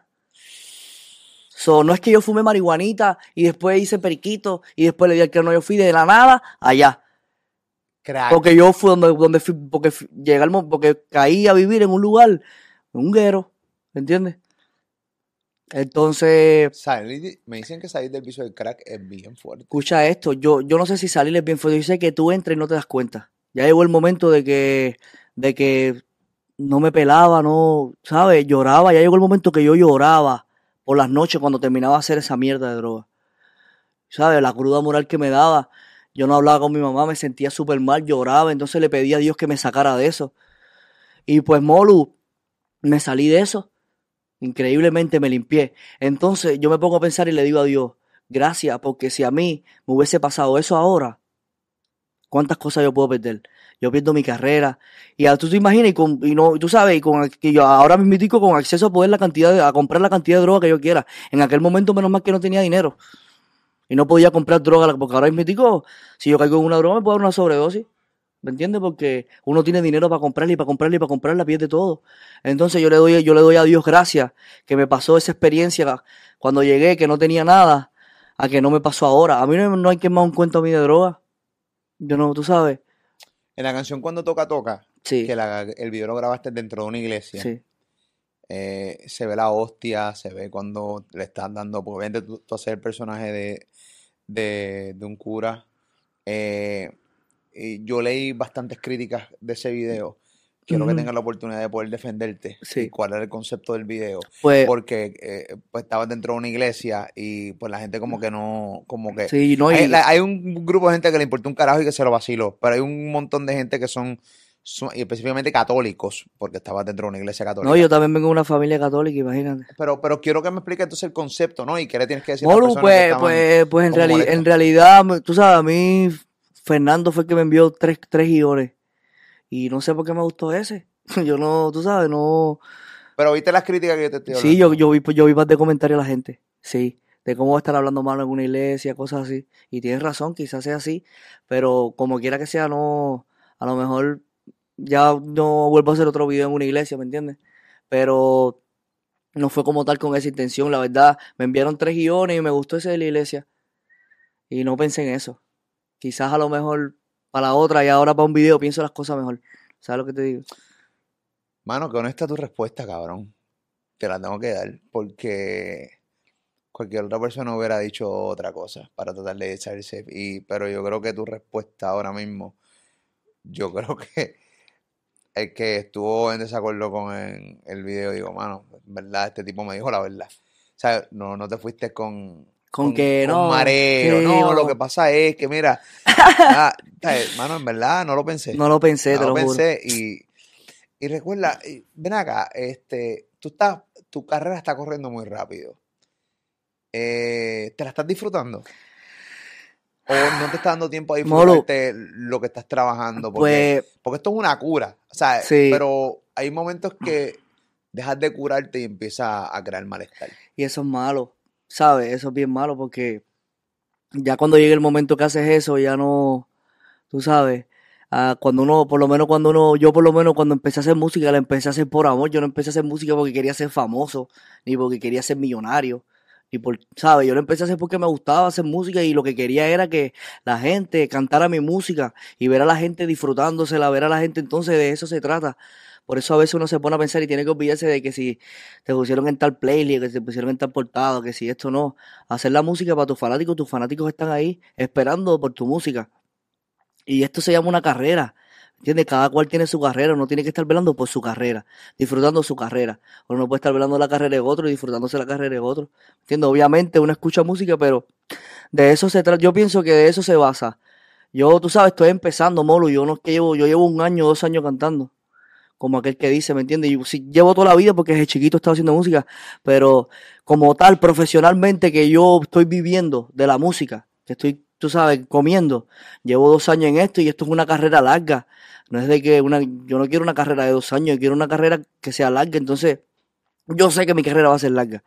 So, no es que yo fumé marihuanita y después hice periquito y después le di al crack, no, yo fui de la nada allá. Crack. Porque yo fui donde, donde fui, porque fui- llegué al mo- porque caí a vivir en un lugar, en un guero, ¿me entiendes? Entonces, Salir- me dicen que salir del vicio del crack es bien fuerte. escucha esto, yo, yo no sé si salir es bien fuerte, yo sé que tú entras y no te das cuenta. Ya llegó el momento de que, de que no me pelaba, no, ¿sabes? Lloraba, ya llegó el momento que yo lloraba por las noches cuando terminaba de hacer esa mierda de droga. ¿Sabes? La cruda moral que me daba. Yo no hablaba con mi mamá, me sentía súper mal, lloraba, entonces le pedí a Dios que me sacara de eso. Y pues, Molu, me salí de eso. Increíblemente me limpié. Entonces yo me pongo a pensar y le digo a Dios, gracias, porque si a mí me hubiese pasado eso ahora, ¿cuántas cosas yo puedo perder? Yo pierdo mi carrera. Y a- tú te imaginas, y, con, y no, tú sabes, y con, que yo ahora mismo con acceso a poder la cantidad de, a comprar la cantidad de droga que yo quiera. En aquel momento, menos mal que no tenía dinero. Y no podía comprar droga, porque ahora mismo, si yo caigo en una droga, me puedo dar una sobredosis. ¿Me entiendes? Porque uno tiene dinero para comprarla y para comprarla y para comprarla, pierde todo. Entonces yo le doy, yo le doy a Dios gracias que me pasó esa experiencia cuando llegué, que no tenía nada, a que no me pasó ahora. A mí no, no hay que más un cuento a mí de droga. Yo no, tú sabes. En la canción Cuando Toca Toca, Sí, que la- el video lo grabaste dentro de una iglesia, sí. eh, se ve la hostia, se ve cuando le estás dando, porque obviamente tú, tú haces el personaje de, de, de un cura. eh, y yo leí bastantes críticas de ese video. Quiero que Ujú. tengas la oportunidad de poder defenderte y Sí. cuál era el concepto del video. Pues, Porque eh, pues estabas dentro de una iglesia y pues la gente como que no, como que... sí, no, Hay, y, la- hay un grupo de gente que le importó un carajo y que se lo vaciló, pero hay un montón de gente que son, son- y específicamente católicos, porque estabas dentro de una iglesia católica. no, yo también vengo de una familia católica, imagínate. Pero, pero quiero que me expliques entonces el concepto, ¿no? Y qué le tienes que decir a las Molu, personas que pues, estaban pues, pues en, como reali- molestas. en realidad, me- tú sabes, a mí Fernando fue el que me envió tres, tres guiones. Y no sé por qué me gustó ese. Yo no, tú sabes, no. Pero viste las críticas que yo te estoy Sí, yo, hablando. yo vi, yo vi más de comentarios a la gente. Sí, de cómo va a estar hablando malo en una iglesia, cosas así. Y tienes razón, quizás sea así. Pero como quiera que sea, no. A lo mejor ya no vuelvo a hacer otro video en una iglesia, ¿me entiendes? Pero no fue como tal con esa intención, la verdad. Me enviaron tres guiones y me gustó ese de la iglesia. Y no pensé en eso. Quizás a lo mejor para la otra y ahora para un video pienso las cosas mejor. ¿Sabes lo que te digo? Mano, que honesta tu respuesta, cabrón. Te la tengo que dar. Porque cualquier otra persona hubiera dicho otra cosa para tratar de echarse. Y, pero yo creo que tu respuesta ahora mismo, yo creo que el que estuvo en desacuerdo con el, el video, digo, mano, en verdad, este tipo me dijo la verdad. O sea, no, no te fuiste con, Con que con no, mareo. que No, no. lo que pasa es que, mira, ah, mano, en verdad, no lo pensé. No lo pensé, No te lo lo juro. pensé y, y recuerda, y ven acá, este, tú estás, tu carrera está corriendo muy rápido. Eh, ¿te la estás disfrutando? ¿O no te está dando tiempo a Molo, disfrutarte lo que estás trabajando? Porque, pues porque esto es una cura, o sea, sí, pero hay momentos que dejas de curarte y empiezas a crear malestar. y eso es malo, ¿sabes? Eso es bien malo porque ya cuando llegue el momento que haces eso, ya no, tú sabes, ah, cuando uno, por lo menos cuando uno, yo por lo menos cuando empecé a hacer música, la empecé a hacer por amor, yo no empecé a hacer música porque quería ser famoso, ni porque quería ser millonario, ni por, ¿sabes? Yo lo empecé a hacer porque me gustaba hacer música y lo que quería era que la gente cantara mi música y ver a la gente disfrutándosela, ver a la gente, entonces de eso se trata. Por eso a veces uno se pone a pensar y tiene que olvidarse de que si te pusieron en tal playlist, que se pusieron en tal portada, que si esto no. Hacer la música para tus fanáticos, tus fanáticos están ahí esperando por tu música. Y esto se llama una carrera, ¿entiendes? Cada cual tiene su carrera, uno tiene que estar velando por su carrera, disfrutando su carrera. Uno no puede estar velando la carrera de otro y disfrutándose la carrera de otro, ¿entiendes? Obviamente uno escucha música, pero de eso se trata, yo pienso que de eso se basa. Yo, tú sabes, estoy empezando, Molo, yo no es que llevo, yo llevo un año, dos años cantando, como aquel que dice, ¿me entiendes? Yo sí, llevo toda la vida porque desde chiquito he estado haciendo música, pero como tal, profesionalmente, que yo estoy viviendo de la música, que estoy, tú sabes, comiendo, llevo dos años en esto y esto es una carrera larga. No es de que una, yo no quiero una carrera de dos años, yo quiero una carrera que sea larga, entonces yo sé que mi carrera va a ser larga,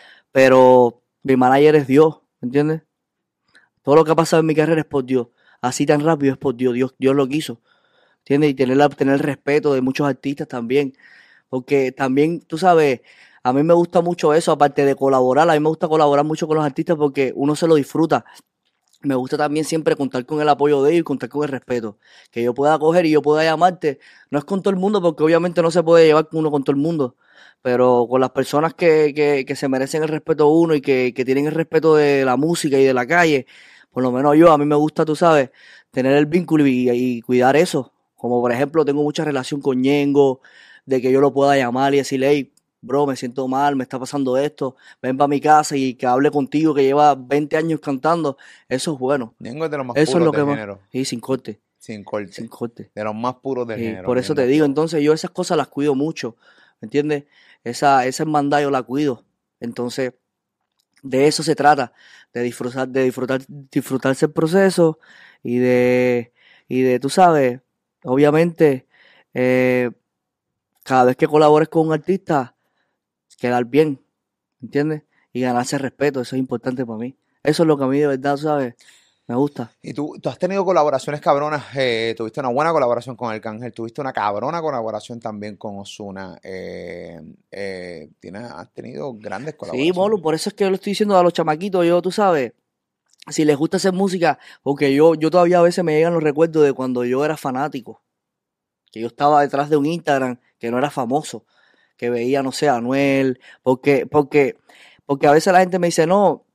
pero mi manager es Dios, ¿me entiendes? Todo lo que ha pasado en mi carrera es por Dios, así tan rápido es por Dios, Dios, Dios lo quiso. ¿Entiendes? Y tener, la, tener el respeto de muchos artistas también. Porque también, tú sabes, a mí me gusta mucho eso, aparte de colaborar, a mí me gusta colaborar mucho con los artistas porque uno se lo disfruta. Me gusta también siempre contar con el apoyo de ellos y contar con el respeto. Que yo pueda coger y yo pueda llamarte. No es con todo el mundo porque obviamente no se puede llevar uno con todo el mundo. Pero con las personas que, que, que se merecen el respeto uno y que, que tienen el respeto de la música y de la calle, por lo menos yo, a mí me gusta, tú sabes, tener el vínculo y, y cuidar eso. Como por ejemplo, tengo mucha relación con Ñengo, de que yo lo pueda llamar y decirle, hey, bro, me siento mal, me está pasando esto, ven para mi casa y que hable contigo, que lleva veinte años cantando. Eso es bueno. Ñengo es de los más Eso es puros lo que del más. género, Sí, sin corte, sin corte, sin corte. de los más puros del Sí, género. por eso Ñengo te es digo, puro. entonces yo esas cosas las cuido mucho, ¿me entiendes? Esa, esa hermandad yo la cuido. Entonces, de eso se trata, de disfrutar, de disfrutar, disfrutarse el proceso y de, y de, tú sabes, obviamente, eh, cada vez que colabores con un artista, quedar bien, ¿entiendes? Y ganarse respeto, eso es importante para mí. Eso es lo que a mí de verdad, ¿sabes? Me gusta. Y tú, tú has tenido colaboraciones cabronas, eh, tuviste una buena colaboración con Arcángel, tuviste una cabrona colaboración también con Ozuna, eh, eh, tienes, has tenido grandes Sí, colaboraciones. Molo, por eso es que yo le estoy diciendo a los chamaquitos, yo, tú sabes, si les gusta hacer música, porque yo, yo todavía a veces me llegan los recuerdos de cuando yo era fanático, que yo estaba detrás de un Instagram que no era famoso, que veía, no sé, a Anuel, porque, porque, porque a veces la gente me dice, no,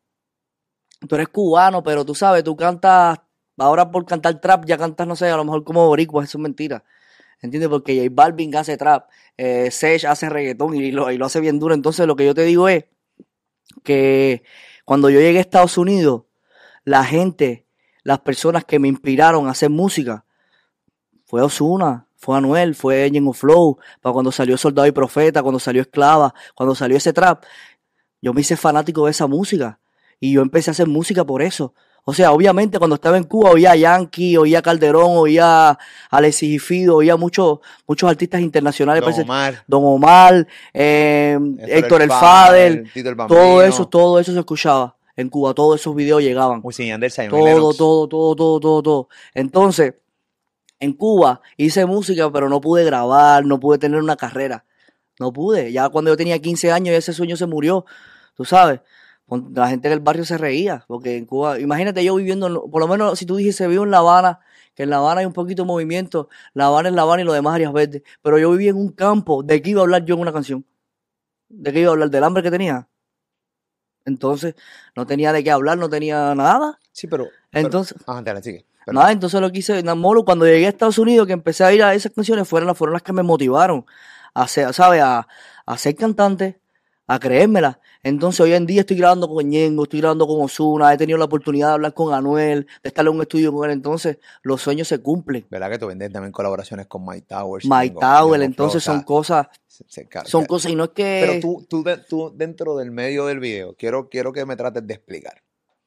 tú eres cubano, pero tú sabes, tú cantas, ahora por cantar trap ya cantas, no sé, a lo mejor como boricua, eso es mentira. ¿Entiendes? Porque J Balvin hace trap, eh, Sech hace reggaetón y lo, y lo hace bien duro. Entonces lo que yo te digo es que cuando yo llegué a Estados Unidos, la gente, las personas que me inspiraron a hacer música, fue Ozuna, fue Anuel, fue Ñengo Flow, para cuando salió Soldado y Profeta, cuando salió Esclava, cuando salió ese trap, yo me hice fanático de esa música y yo empecé a hacer música por eso. O sea, obviamente cuando estaba en Cuba oía a Yankee, oía a Calderón, oía a Alexis y Fido, oía muchos muchos artistas internacionales. Don parece- Omar, Don Omar, eh, Héctor Héctor el el Fader, Fader, Tito el todo Bambino, eso, todo eso se escuchaba en Cuba, todos esos videos llegaban. Wisin y Yandel, Simon Todo, Lennox. todo, todo, todo, todo, todo. Entonces, en Cuba hice música, pero no pude grabar, no pude tener una carrera. No pude. Ya cuando yo tenía quince años, ese sueño se murió. Tú sabes, Pon- la gente del barrio se reía. Porque en Cuba, imagínate yo viviendo, en- por lo menos si tú dijiste, vivo en La Habana, que en La Habana hay un poquito de movimiento. La Habana es La Habana y lo demás áreas verdes. Pero yo vivía en un campo. ¿De qué iba a hablar yo en una canción? ¿De qué iba a hablar? ¿Del hambre que tenía? Entonces, no tenía de qué hablar, no tenía nada. Sí, pero... Entonces... Pero, ajá, dale, sigue. Pero, Nada, entonces lo que hice, na, Molo, cuando llegué a Estados Unidos, que empecé a ir a esas canciones, fueron las, fueron las que me motivaron a ser, ¿sabes? A, a ser cantante, a creérmela. Entonces hoy en día estoy grabando con Ñengo, estoy grabando con Ozuna, he tenido la oportunidad de hablar con Anuel, de estar en un estudio con él, entonces los sueños se cumplen. ¿verdad que tú vendes también colaboraciones con Mike Towers? Mike Ñengo- Tower, Ñengo entonces Flow, o son sea, cosas, se- se- ca- son ca- cosas, y no es que... Pero tú, tú, de- tú dentro del medio del video, quiero, quiero que me trates de explicar.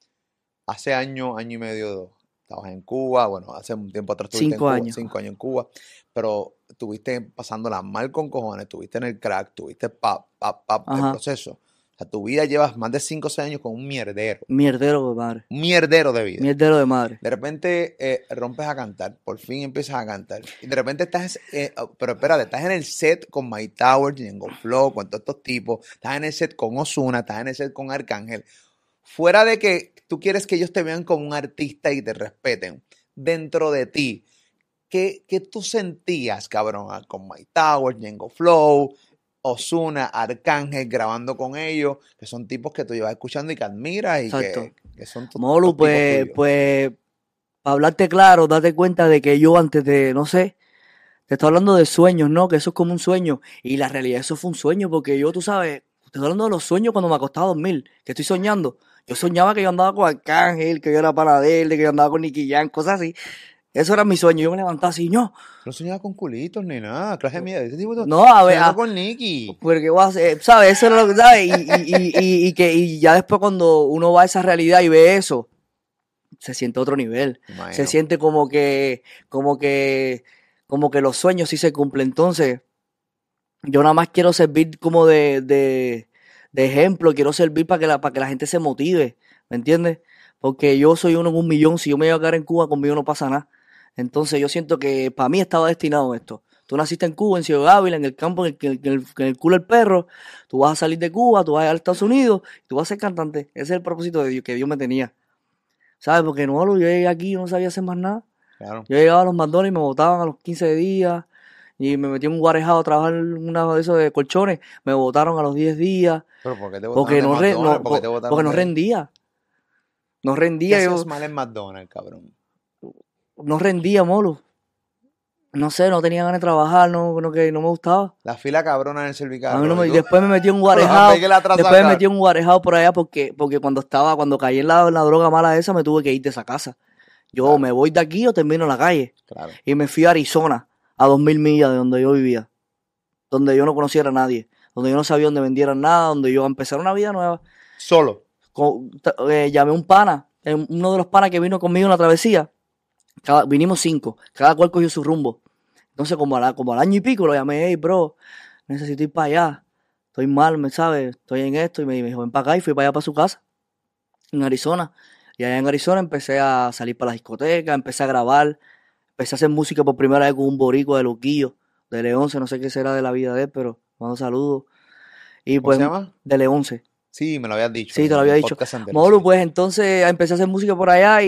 Hace año, año y medio, dos, estabas en Cuba, bueno, hace un tiempo atrás estuviste Cinco en Cuba, años. cinco años en Cuba, pero estuviste pasándola mal con cojones, estuviste en el crack, tuviste pa, pa, pa, el Ajá. proceso. O sea, tu vida llevas más de cinco o seis años con un mierdero, Mierdero de madre, un mierdero de vida. mierdero de madre. De repente eh, rompes a cantar, por fin empiezas a cantar. Y de repente estás, eh, pero espérate, estás en el set con Mike Towers, Ñengo Flow, con todos estos tipos. Estás en el set con Ozuna, estás en el set con Arcángel. Fuera de que tú quieres que ellos te vean como un artista y te respeten, dentro de ti, ¿qué, qué tú sentías, cabrón? Ah, con Mike Towers, Ñengo Flow, Ozuna, Arcángel, grabando con ellos, que son tipos que tú llevas escuchando y que admiras y Exacto. que, que son tus Molu, tus tipos pues, tuyos. pues, para hablarte claro, date cuenta de que yo antes de, no sé, te estoy hablando de sueños, ¿no? Que eso es como un sueño. Y la realidad, eso fue un sueño, porque yo, tú sabes, te estoy hablando de los sueños cuando me acostaba a dormir, que estoy soñando. Yo soñaba que yo andaba con Arcángel, que yo era pana de él, que yo andaba con Nicky Jam, cosas así. Eso era mi sueño. Yo me levantaba así, no, No soñaba con culitos ni nada, clase de mierda. Ese tipo de- no, a ver, soñaba a- con Nicky. porque voy a hacer, ¿sabes? Eso era lo que, ¿sabes? Y, y, y, y, y que, y ya después cuando uno va a esa realidad y ve eso, se siente otro nivel. Imagino. Se siente como que, como que, como que los sueños sí se cumplen. Entonces, yo nada más quiero servir como de, de, de ejemplo, quiero servir para que la, para que la gente se motive, ¿me entiendes? Porque yo soy uno en un millón, si yo me voy a quedar en Cuba, conmigo no pasa nada. Entonces yo siento que para mí estaba destinado esto. Tú naciste en Cuba, en Ciudad Ávila, en el campo, en el, en el, en el culo del perro, tú vas a salir de Cuba, tú vas a ir a Estados Unidos, tú vas a ser cantante. Ese es el propósito de Dios, que Dios me tenía. ¿Sabes? Porque no, yo llegué aquí y no sabía hacer más nada. Claro. Yo llegaba a los McDonald's y me botaban a los quince días y me metí en un guarejado a trabajar en una de esos de colchones. Me botaron a los diez días Pero ¿por qué te porque botaron no, de re- McDonald's? no, ¿Por qué te po- botaron porque no de- rendía. No ¿Qué rendía, yo, hacías mal en McDonald's, cabrón? no rendía, molo. No sé, no tenía ganas de trabajar, no, no, que no me gustaba. La fila cabrona en el cervical. A mí no me- ¿no? y después me metí en un Pero guarejado. antes que la atrás Después me sacar. metí en un guarejado por allá porque, porque cuando estaba, cuando caí en la, en la droga mala esa, me tuve que ir de esa casa. Yo Claro. me voy de aquí o termino en la calle. Claro. Y me fui a Arizona, a dos mil millas de donde yo vivía. Donde yo no conociera a nadie. Donde yo no sabía dónde vendieran nada. Donde yo empezar una vida nueva. Solo. Con- t- eh, llamé a un pana, eh, uno de los panas que vino conmigo en la travesía. Cada- vinimos cinco. Cada cual cogió su rumbo. Entonces, como, a la- como al año y pico, lo llamé, hey, bro, necesito ir para allá. Estoy mal, ¿me sabes? Estoy en esto. Y me, me dijo, ven para acá. Y fui para allá, para su casa, en Arizona. Y allá en Arizona empecé a salir para la discoteca, empecé a grabar. Empecé a hacer música por primera vez con un boricua de Loquillo, de Leonce. No sé qué será de la vida de él, pero mando saludos. Y ¿Cómo pues, se llama? de Leonce. Sí, me lo habías dicho. Sí, en te lo el había dicho. podcast anterior, Molu, sí. pues entonces empecé a hacer música por allá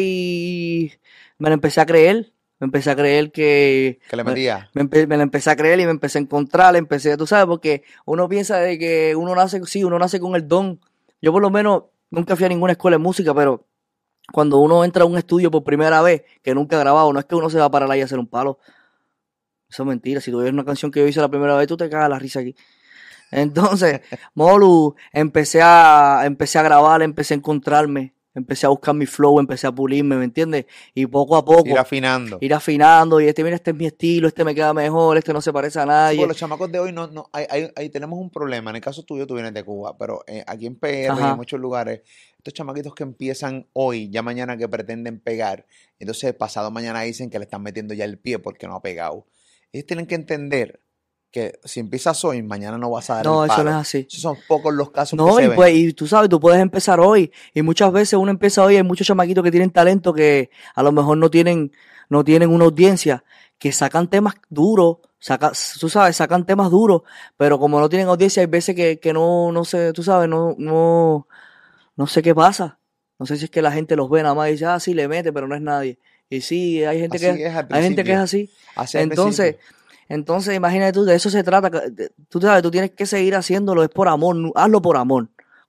y me la empecé a creer. Me empecé a creer que... Que le me- metía. Me, empe- me la empecé a creer y me empecé a encontrar, empecé, tú sabes, porque uno piensa de que uno nace, sí, uno nace con el don. Yo por lo menos nunca fui a ninguna escuela de música, pero cuando uno entra a un estudio por primera vez, que nunca ha grabado, no es que uno se va a parar ahí a hacer un palo. Eso es mentira. Si tú oyes una canción que yo hice la primera vez, tú te cagas la risa aquí. Entonces, Molu, empecé a, empecé a grabar, empecé a encontrarme, empecé a buscar mi flow, empecé a pulirme, ¿me entiendes? Y poco a poco Ir afinando. ir afinando y este, mira, este es mi estilo, este me queda mejor, este no se parece a Sí, nadie. porque los chamacos de hoy no, no, hay, hay, hay- tenemos un problema. En el caso tuyo, tú vienes de Cuba, pero eh, aquí en P R y Ajá. en muchos lugares, estos chamaquitos que empiezan hoy, ya mañana que pretenden pegar, entonces pasado mañana dicen que le están metiendo ya el pie porque no ha pegado. Ellos tienen que entender que si empiezas hoy, mañana no vas a dar No, el eso palo. no es así. Esos son pocos los casos No, que se y ven. pues, y tú sabes, tú puedes empezar hoy. Y muchas veces uno empieza hoy, hay muchos chamaquitos que tienen talento que a lo mejor no tienen, no tienen una audiencia, que sacan temas duros, saca, tú sabes, sacan temas duros, pero como no tienen audiencia, hay veces que, que no, no sé, tú sabes, no, no, no sé qué pasa. No sé si es que la gente los ve nada más y dice, ah, sí, le mete, pero no es nadie. Y sí, hay gente Así que, es al hay gente que es principio. así. Así al Entonces, principio. entonces, imagínate tú, de eso se trata. que- de- Tú sabes, tú tienes que seguir haciéndolo, es por amor, nu- hazlo por amor.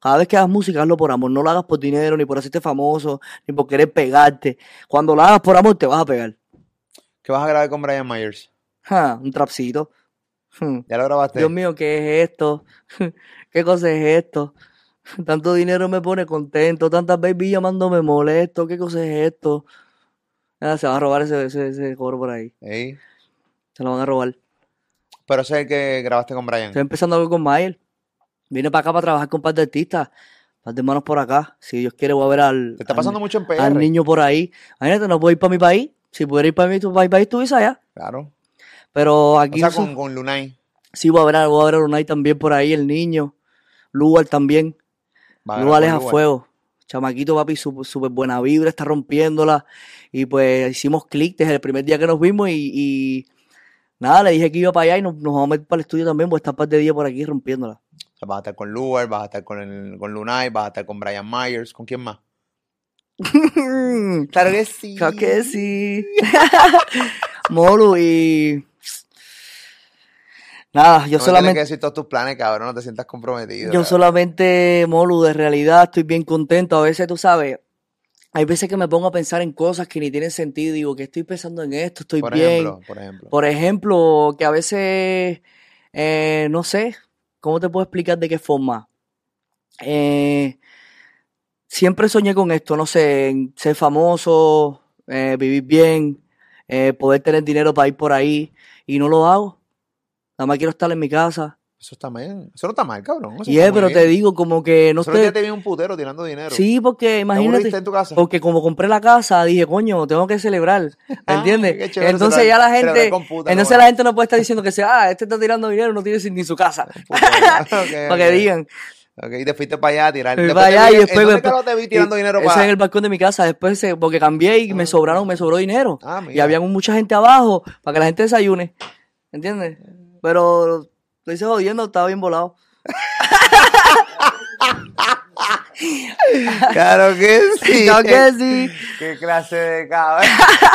Cada vez que hagas música, hazlo por amor. No lo hagas por dinero, ni por hacerte famoso, ni por querer pegarte. Cuando lo hagas por amor, te vas a pegar. ¿Qué vas a grabar con Brian Myers? Ja, un trapcito. Hmm. ¿Ya lo grabaste? Dios mío, ¿qué es esto? ¿Qué cosa es esto? Tanto dinero me pone contento, tantas baby llamándome molesto, ¿qué cosa es esto? Ah, se van a robar ese, ese, ese coro por ahí. Ey. Se lo van a robar. Pero ese es el que grabaste con Brian. Estoy empezando a ver con Mayer. Vine para acá para trabajar con un par de artistas, un par de hermanos por acá. Si Dios quiere, voy a ver al, ¿Te está al, pasando mucho en P R? al niño por ahí. Imagínate, no puedo ir para mi país. Si pudiera ir para mi, para mi país, tú dices allá. Claro. Pero aquí O sea, no con, sé- con Lunay. sí voy a ver, a- voy a ver a Lunay también por ahí, el niño. Lugar también. Va a Lugar es grabar a con Lugar. fuego. Chamaquito, papi, súper super buena vibra, está rompiéndola. Y pues hicimos clic desde el primer día que nos vimos y, y nada, le dije que iba para allá y nos, nos vamos a meter para el estudio también, porque está un par de días por aquí rompiéndola. O sea, vas a estar con Lugar, vas a estar con, el, con Lunay, vas a estar con Brian Myers. ¿Con quién más? Claro que sí. Claro que sí. Molu, y nada, yo no me tienes que solamente, decir todos tus planes, cabrón. No te sientas comprometido. yo cabrón. solamente, Molu, de realidad estoy bien contento. A veces, tú sabes, hay veces que me pongo a pensar en cosas que ni tienen sentido. Digo, que estoy pensando en esto, estoy Por bien. ejemplo, por ejemplo. Por ejemplo, que a veces, eh, no sé, ¿cómo te puedo explicar de qué forma? Eh, siempre soñé con esto, no sé, en ser famoso, eh, vivir bien, eh, poder tener dinero para ir por ahí, y no lo hago. Nada más quiero estar en mi casa. Eso está mal. Eso no está mal, cabrón. Eso Y está es, muy pero bien. te digo, como que no Solo ya estoy... te vi un putero tirando dinero. Sí, porque ¿Te aburriste imagínate, en tu casa? porque como compré la casa, dije, coño, tengo que celebrar, Ah, ¿entiendes? qué chévere Entonces celebrar- ya la celebrar gente, con puta, entonces qué la gente no puede estar diciendo que sea, ah, este está tirando dinero, no tiene ni su casa, Putero. Ok, para que ok. digan. Ok, y te fuiste para allá a tirar. Me fui Después para te allá vi- y después, ¿en dónde después- carajo te vi tirando y- dinero eso para? en el balcón de mi casa, después se- porque cambié y me Ah. sobraron, me sobró dinero. Ah, Y mira. había mucha gente abajo para que la gente desayune, ¿entiendes? Pero lo hice jodiendo, estaba bien volado. Claro que sí. Claro que sí. Qué clase de cabrón.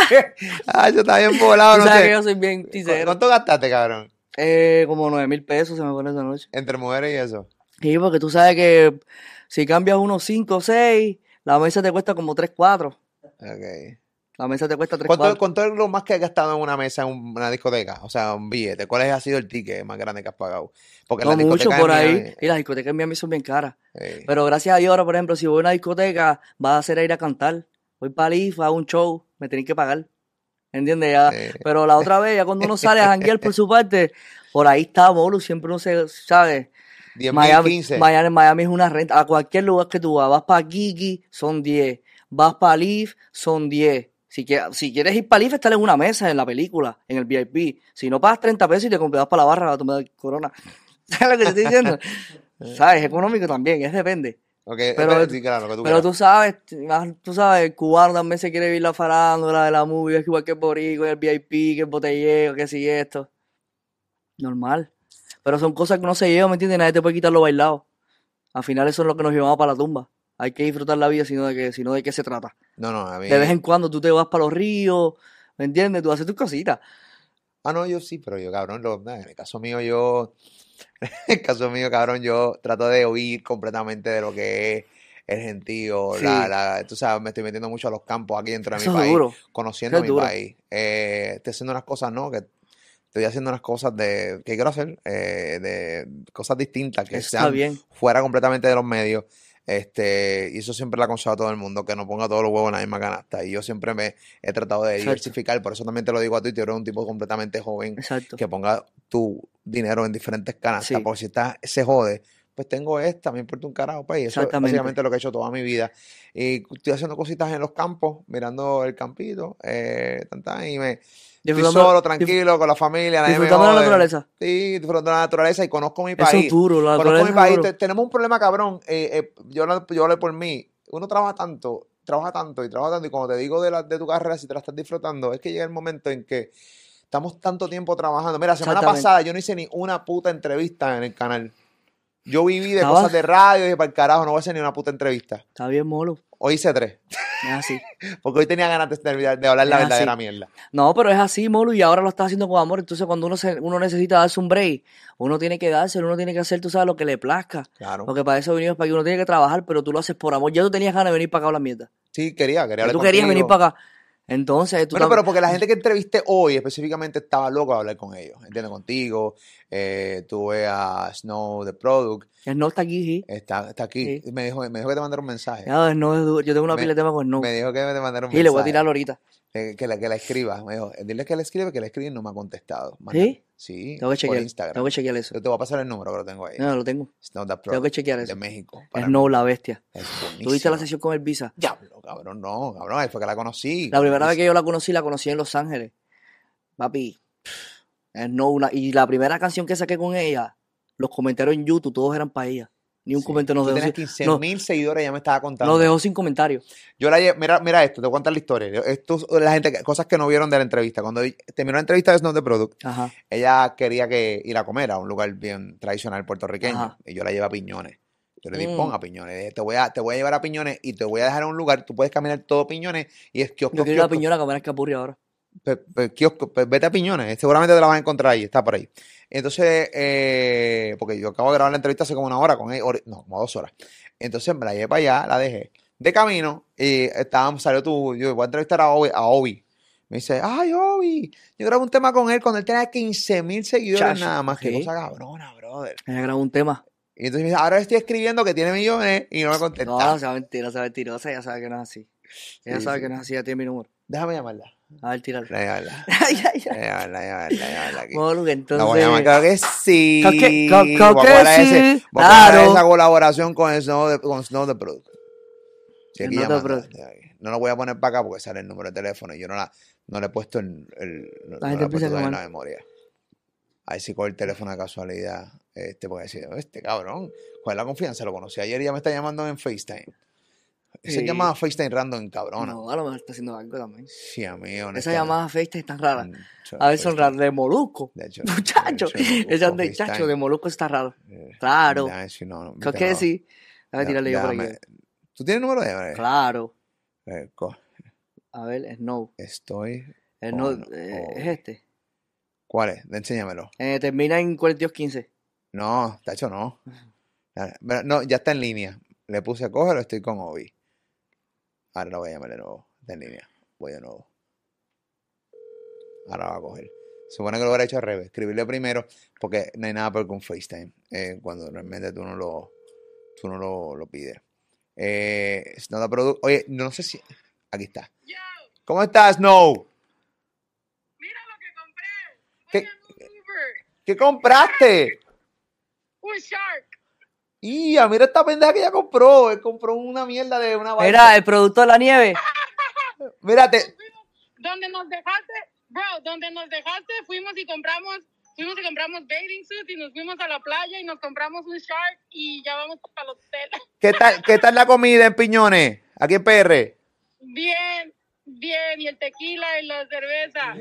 Ah, yo estaba bien volado, Tú no sabes sé. que yo soy bien ¿Cu- sincero. ¿Cuánto gastaste, cabrón? Eh, como nueve mil pesos se me pone esa noche. Entre mujeres y eso. Sí, porque tú sabes que si cambias unos cinco o seis, la mesa te cuesta como tres cuatro. Ok. La mesa te cuesta tres ¿Cuánto, cuatro. ¿Cuánto es lo más que has gastado en una mesa en un- una discoteca? O sea, un billete. ¿Cuál ha sido el ticket más grande que has pagado? Porque en No la mucho discoteca por en ahí. Miami- Y las discotecas en Miami son bien caras. eh, Pero gracias a Dios ahora, por ejemplo, si voy a una discoteca, vas a hacer ir a cantar. Voy para el I F A, hago un show, me tenéis que pagar. ¿Entiendes? Ya, Sí. Pero la otra vez, ya cuando uno sale a janguear por su parte, por ahí está, Molu, siempre uno se, ¿sabes? diez mil, Miami, quince. Miami, Miami es una renta. A cualquier lugar que tú vas, vas para Kiki, son diez. Vas para el I F, son diez. Si, que- si quieres ir para el I F, estar en una mesa en la película, en el V I P. Si no pagas treinta pesos y te compras para la barra a tomar corona. ¿Sabes lo que te estoy diciendo? ¿Sabes? Es económico también, es depende. Ok, Pero- sí, claro, lo que tú Pero quieras. tú sabes, más- tú sabes, el cubano también se quiere vivir la farándula de la movie, es igual que el boricua, el V I P, que el botellero, que si esto. Normal. Pero son cosas que no se llevan, ¿me entiendes? Nadie te puede quitar lo bailado. Al final eso es lo que nos llevamos para la tumba. Hay que disfrutar la vida, sino de que, sino de qué se trata. No, no, a mí... De vez en cuando tú te vas para los ríos, ¿me entiendes? Tú haces tus cositas. Ah, no, yo sí, pero yo, cabrón, lo- en el caso mío, yo... En el caso mío, cabrón, yo trato de huir completamente de lo que es el gentío, Sí. la, la, tú sabes, me estoy metiendo mucho a los campos aquí dentro de Eso mi es país, duro. conociendo Eso es mi duro. país. Eh, estoy haciendo unas cosas, ¿no? Que estoy haciendo unas cosas de que quiero hacer, eh, de cosas distintas, que Eso está sean bien. fuera completamente de los medios. Este, y eso siempre le aconsejo a todo el mundo, que no ponga todos los huevos en la misma canasta. Y yo siempre me he tratado de Exacto. diversificar, por eso también te lo digo a ti, tú eres un tipo completamente joven, Exacto. que ponga tu dinero en diferentes canastas, Sí. porque si estás, se jode, pues tengo esta, me importa un carajo, pues, y eso es Exactamente. básicamente lo que he hecho toda mi vida. Y estoy haciendo cositas en los campos, mirando el campito, eh, tan, tan, y me estoy Disfrutando- solo, dif- tranquilo, con la familia, nadie me Disfrutando de la jode. naturaleza. Sí, disfrutando de la naturaleza y conozco mi Eso es país. duro, la Conozco mi naturaleza es país. duro. Te- tenemos un problema, cabrón. Eh, eh, yo, hablo- yo hablo por mí. Uno trabaja tanto, trabaja tanto y trabaja tanto. Y como te digo de, la, de tu carrera, si te la estás disfrutando, es que llega el momento en que estamos tanto tiempo trabajando. Mira, la semana Exactamente. pasada yo no hice ni una puta entrevista en el canal. Yo viví de Estabas- cosas de radio y para el carajo, no voy a hacer ni una puta entrevista. Está bien, Molo. Hoy hice tres. Es así. Porque hoy tenía ganas de, de hablar la Es verdadera así. mierda. No, pero es así, Molu, y ahora lo estás haciendo con amor. Entonces, cuando uno se, uno necesita darse un break, uno tiene que dárselo, uno tiene que hacer, tú sabes, lo que le plazca. Claro. Porque para eso venimos, para que uno tiene que trabajar, pero tú lo haces por amor. Ya tú tenías ganas de venir para acá a hablar mierda. Sí, quería, quería hablar Tú querías contigo. venir para acá. Entonces, tú Bueno, tam- pero porque la gente que entrevisté hoy específicamente estaba loco de hablar con ellos. ¿Entiendes? Contigo. Eh, tuve a Snow the Product. El no está aquí, sí. Está, está aquí. Sí. Me dijo, me dijo que te mandara un mensaje. Ya, el no es duro. Yo tengo una Me- pila de temas con el no. Me dijo que te mandara un Y mensaje. le voy a tirar ahorita. Eh, que, la, que la escriba. Me dijo, dile que la escribe, que la escribe y no me ha contestado. ¿Sí? Mándale. Sí. Tengo que por chequear. Instagram. Tengo que chequear eso. Yo te voy a pasar el número que lo tengo ahí. No, lo tengo. Snow the Product. Tengo que chequear eso. De México. Es para no, mí. la bestia. Es ¿Tú viste la buenísimo. sesión con el Visa? Diablo, cabrón, no, cabrón, ahí fue que la conocí. La primera vez que yo la conocí, la conocí en Los Ángeles. Papi, es no una. Y la primera canción que saqué con ella, los comentarios en YouTube, todos eran para ella. Ni un Sí. comentario nos Tú dejó, tienes sin- quince no, mil seguidores, ya me estaba contando. nos dejó sin comentarios. Yo la lle- mira, mira esto, te voy a contar la historia. Esto es la gente, que- cosas que no vieron de la entrevista. Cuando terminó la entrevista de Snow the Product, Ajá. ella quería que ir a comer a un lugar bien tradicional puertorriqueño. Ajá. Y yo la llevé a Piñones. Yo le di Mm. pon a Piñones. Le dije, te voy a, te voy a llevar a Piñones y te voy a dejar en un lugar. Tú puedes caminar todo Piñones y es kiosco, Yo quiero ir a kiosco, Piñona a comer escapurri ahora. Pe- pe- kiosco, pe- vete a Piñones, seguramente te la vas a encontrar ahí, está por ahí. Entonces, eh, porque yo acabo de grabar la entrevista hace como una hora con él, hora- no, como dos horas. Entonces me la llevé para allá, la dejé. De camino, y estábamos, salió tú, yo voy a entrevistar a Obi, a Obi. Me dice, ay, Obi, yo grabé un tema con él cuando él tenía quince mil seguidores Chacho, nada más. Qué sí. cosa cabrona, brother. Ella grabó un tema. Y entonces me dice, ahora estoy escribiendo que tiene millones y no me contesta. No, sea mentira, sea mentirosa. Ella sabe que no es así. Ella Sí, sabe sí. que no es así. Ella tiene mi número. Déjame llamarla. A ver, tíralo. Déjame llamarla. Ay, ay, ay. Déjame llamarla, llamarla, llamarla aquí. Molu, que La voy a llamar, entonces. claro que sí. Creo que- creo- creo Voy a que cobrar sí, ese- voy a cobrar claro. esa colaboración con Snow de, con Snow the Product. Sí, aquí Snow the llamando, Product. aquí. No lo voy a poner para acá porque sale el número de teléfono y yo no, la, no le he puesto el, el no, no La gente le he empieza puesto a todavía en llamar. la memoria. Ahí sí coge el teléfono de casualidad. Este, porque decir, este cabrón, ¿cuál es la confianza? Lo conocí ayer y ya me está llamando en FaceTime. Esa Sí. llamada FaceTime random, cabrona. No, a lo mejor está haciendo algo también. Sí, amigo. Esas llamadas FaceTime están raras. Mm, A veces son raras. De Molusco. De hecho, Muchacho. de hecho, Esas de FaceTime. chacho, de Molusco está raro. Eh, Claro. déjame ver si no, no, Creo viste, que no. sí. Déjame tirarle yo por Déjame- aquí. ¿Tú tienes el número de él? Claro. Eh, co- A ver, Snow. Estoy. Snow on eh, hold. es este. ¿Cuál es? Enséñamelo. Eh, termina en cuarenta y dos quince. No, tacho, no. Ah, pero No, ya está en línea. Le puse cógelo, estoy con Obi. Ahora lo voy a llamar de nuevo. Está en línea. Voy de nuevo. Ahora va a coger. Supone que lo hubiera hecho al revés. Escribirle primero, porque no hay nada peor con FaceTime. eh, cuando realmente tú no lo, tú no lo, lo pides. Eh, Snow the Product. Oye, no sé si. Aquí está. ¿Cómo estás, Snow? Mira lo que compré. ¿Qué? Voy en un Uber. ¿Qué compraste? Un Shark. ¡Ya! Mira esta pendeja que ella compró. Él compró una mierda de una vaina. Mira, el producto de la nieve. Mírate. Donde nos dejaste, bro, donde nos dejaste, fuimos y compramos, fuimos y compramos bathing suits y nos fuimos a la playa y nos compramos un Shark y ya vamos para el hotel. ¿Qué tal, ¿Qué tal la comida en Piñones? Aquí en P R. Bien, bien, y el tequila y la cerveza.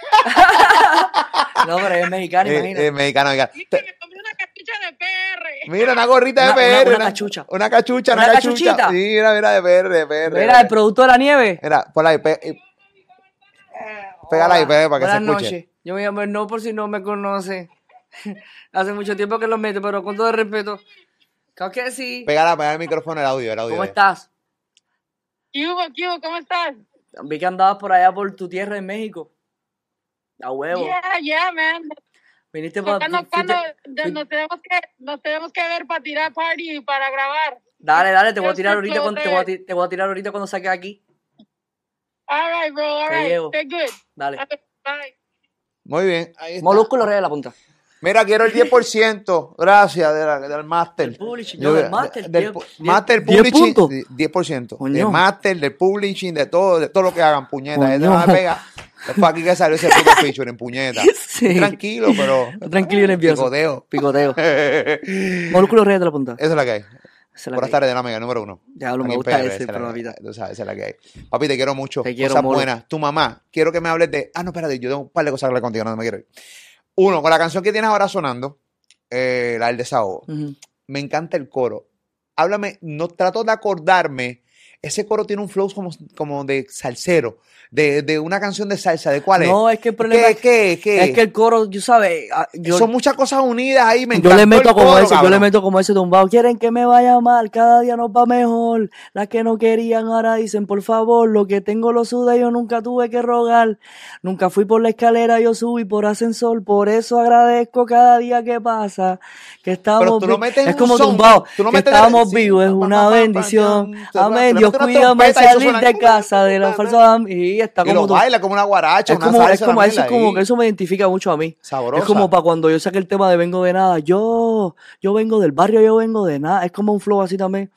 No, pero es mexicano, Eh, imagínate. eh, mexicano, mexicano. Mira, Te- me compré una cachucha de P R. Mira, una gorrita de Una- P R. una- una cachucha. Una cachucha, una, ¿Una cachucha. cachuchita? Sí, mira, mira, de P R, de P R. Mira, el producto de la nieve. Mira, por ahí, pe- eh, pégala ahí, pe- para que se Buenas escuche. noches. Yo me llamo No por si no me conoce. Hace mucho tiempo que lo meto, pero con todo el respeto. Creo que sí. Pégala, pégala el micrófono, el audio, el audio. ¿Cómo eh. estás? ¿Qué hubo, qué hubo? ¿Cómo estás? Vi que andabas por allá por tu tierra en México. A huevo. Yeah, yeah, man. Viniste para... Cuando, cuando nos, tenemos que, nos tenemos que ver para tirar party y para grabar. Dale, dale, te voy a Yo tirar soy ahorita cuando, te, voy a, ti- te voy a tirar ahorita cuando saques aquí. All right, bro, all Te right. llevo. Stay good. Dale. Okay, bye. Muy bien, ahí está. Molúsculo rey de la punta. Mira, quiero el diez por ciento. Gracias, de la- del máster. Del publishing, Yo- no, del de- máster, Del diez- pu- diez- máster diez publishing, puntos. di- diez por ciento. Coño. Del máster, del publishing, de todo, de todo lo que hagan, puñeta. Ese Coño. no me pega. Es para aquí que salió ese puto feature en puñeta. Sí. Tranquilo, pero. Tranquilo y nervioso. Picoteo. Picoteo. Esa Molúsculo rey de la punta. es la que hay. Esa es la Buenas que- tardes, Dinámica, número uno. Diablo, me Aquí en gusta P R, ese, esa es la pero que hay. ahorita. Tú sabes, esa es la que hay. Papi, te quiero mucho. Te quiero, Cosas Molo. buenas. Tu mamá, quiero que me hables de. Ah, no, espérate, yo tengo un par de cosas que hablar contigo, no me quiero ir. Uno, con la canción que tienes ahora sonando, eh, la del desahogo. Ujú. Me encanta el coro. Háblame, no trato de acordarme ese coro tiene un flow como, como de salsero, de, de una canción de salsa. ¿De cuál es? No, es que el problema ¿Qué, es, qué, qué? es que el coro, yo sabes, ah, yo, Son muchas cosas unidas ahí, me yo le encantó meto el como coro, ese, yo le cabrón. meto como ese tumbado. Quieren que me vaya mal, cada día nos va mejor. Las que no querían ahora dicen, por favor, lo que tengo lo suda, yo nunca tuve que rogar. Nunca fui por la escalera, yo subí por ascensor. Por eso agradezco cada día que pasa. Que estamos Pero tú lo vi- metes en es un como son, tumbado. tú lo Que metes de- estamos sí, vivos, es pam, una pam, pam, bendición. pam, pam, Amén, tú le Dios metes una cuídame al trompeta y eso salir suena- de casa de los falsos am- y está Y como lo tú. baila como una guaracha, Es una como, salsa, es como, una eso es mierda como ahí. que eso me identifica mucho a mí. Sabrosa. Es como para cuando yo saqué el tema de vengo de nada. Yo, yo vengo del barrio, yo vengo de nada. Es como un flow así también.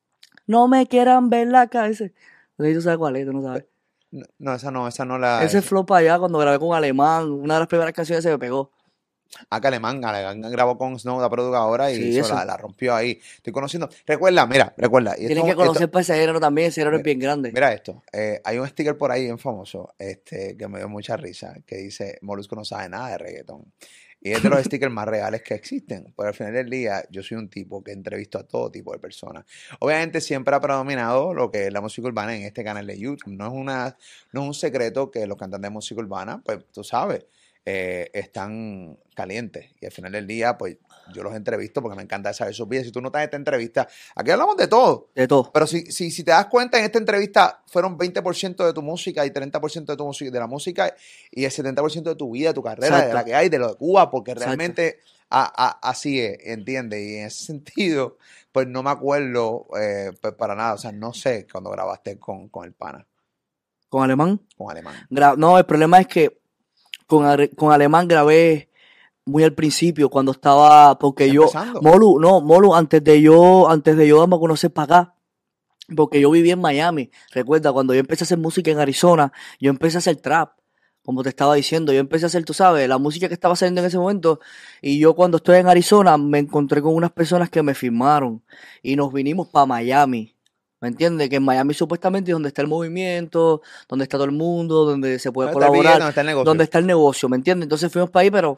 No me quieran ver la cabeza. No sé si tú sabes cuál es, tú no sabes. No, no, esa no, esa no la... Ese flow para allá cuando grabé con Alemán, una de las primeras canciones se me pegó. Acá Alemán, Alemán grabó con Snow, la productora, y Sí, hizo eso. la, la rompió ahí. Estoy conociendo. Recuerda, mira, recuerda. y Tienes esto- que conocer esto- para ese género también, ese género es Mira, bien grande. Mira esto, eh, hay un sticker por ahí bien famoso, este, que me dio mucha risa, que dice, Molusco no sabe nada de reggaetón. Y es de los stickers más reales que existen. Pero al final del día, yo soy un tipo que entrevisto a todo tipo de personas. Obviamente siempre ha predominado lo que es la música urbana en este canal de YouTube. No es una, no es un secreto que los cantantes de música urbana, pues tú sabes, eh, están calientes. Y al final del día, pues yo los entrevisto porque me encanta saber sus vidas. Si tú notas esta entrevista, aquí hablamos de todo. De todo. Pero si, si, si te das cuenta, en esta entrevista fueron veinte por ciento de tu música y treinta por ciento de tu música, de la música y el setenta por ciento de tu vida, de tu carrera, Exacto. de la que hay, de lo de Cuba, porque Exacto. realmente a, a, así es, ¿entiendes? Y en ese sentido, pues no me acuerdo eh, pues para nada, o sea, no sé cuando grabaste con, con el pana, ¿Con Alemán? con Alemán. Gra- no, el problema es que con, Ale- con Alemán grabé muy al principio, cuando estaba, porque yo, Empezando. Molu, no, Molu, antes de yo, antes de yo darme a conocer para acá, porque yo viví en Miami, recuerda, cuando yo empecé a hacer música en Arizona, yo empecé a hacer trap, como te estaba diciendo, yo empecé a hacer, tú sabes, la música que estaba saliendo en ese momento, y yo cuando estoy en Arizona me encontré con unas personas que me firmaron, y nos vinimos para Miami. ¿Me entiendes? Que en Miami supuestamente es donde está el movimiento, donde está todo el mundo, donde se puede ¿Dónde está el colaborar, billete? ¿Dónde está el negocio? donde está el negocio, ¿me entiendes? Entonces fuimos para ahí, pero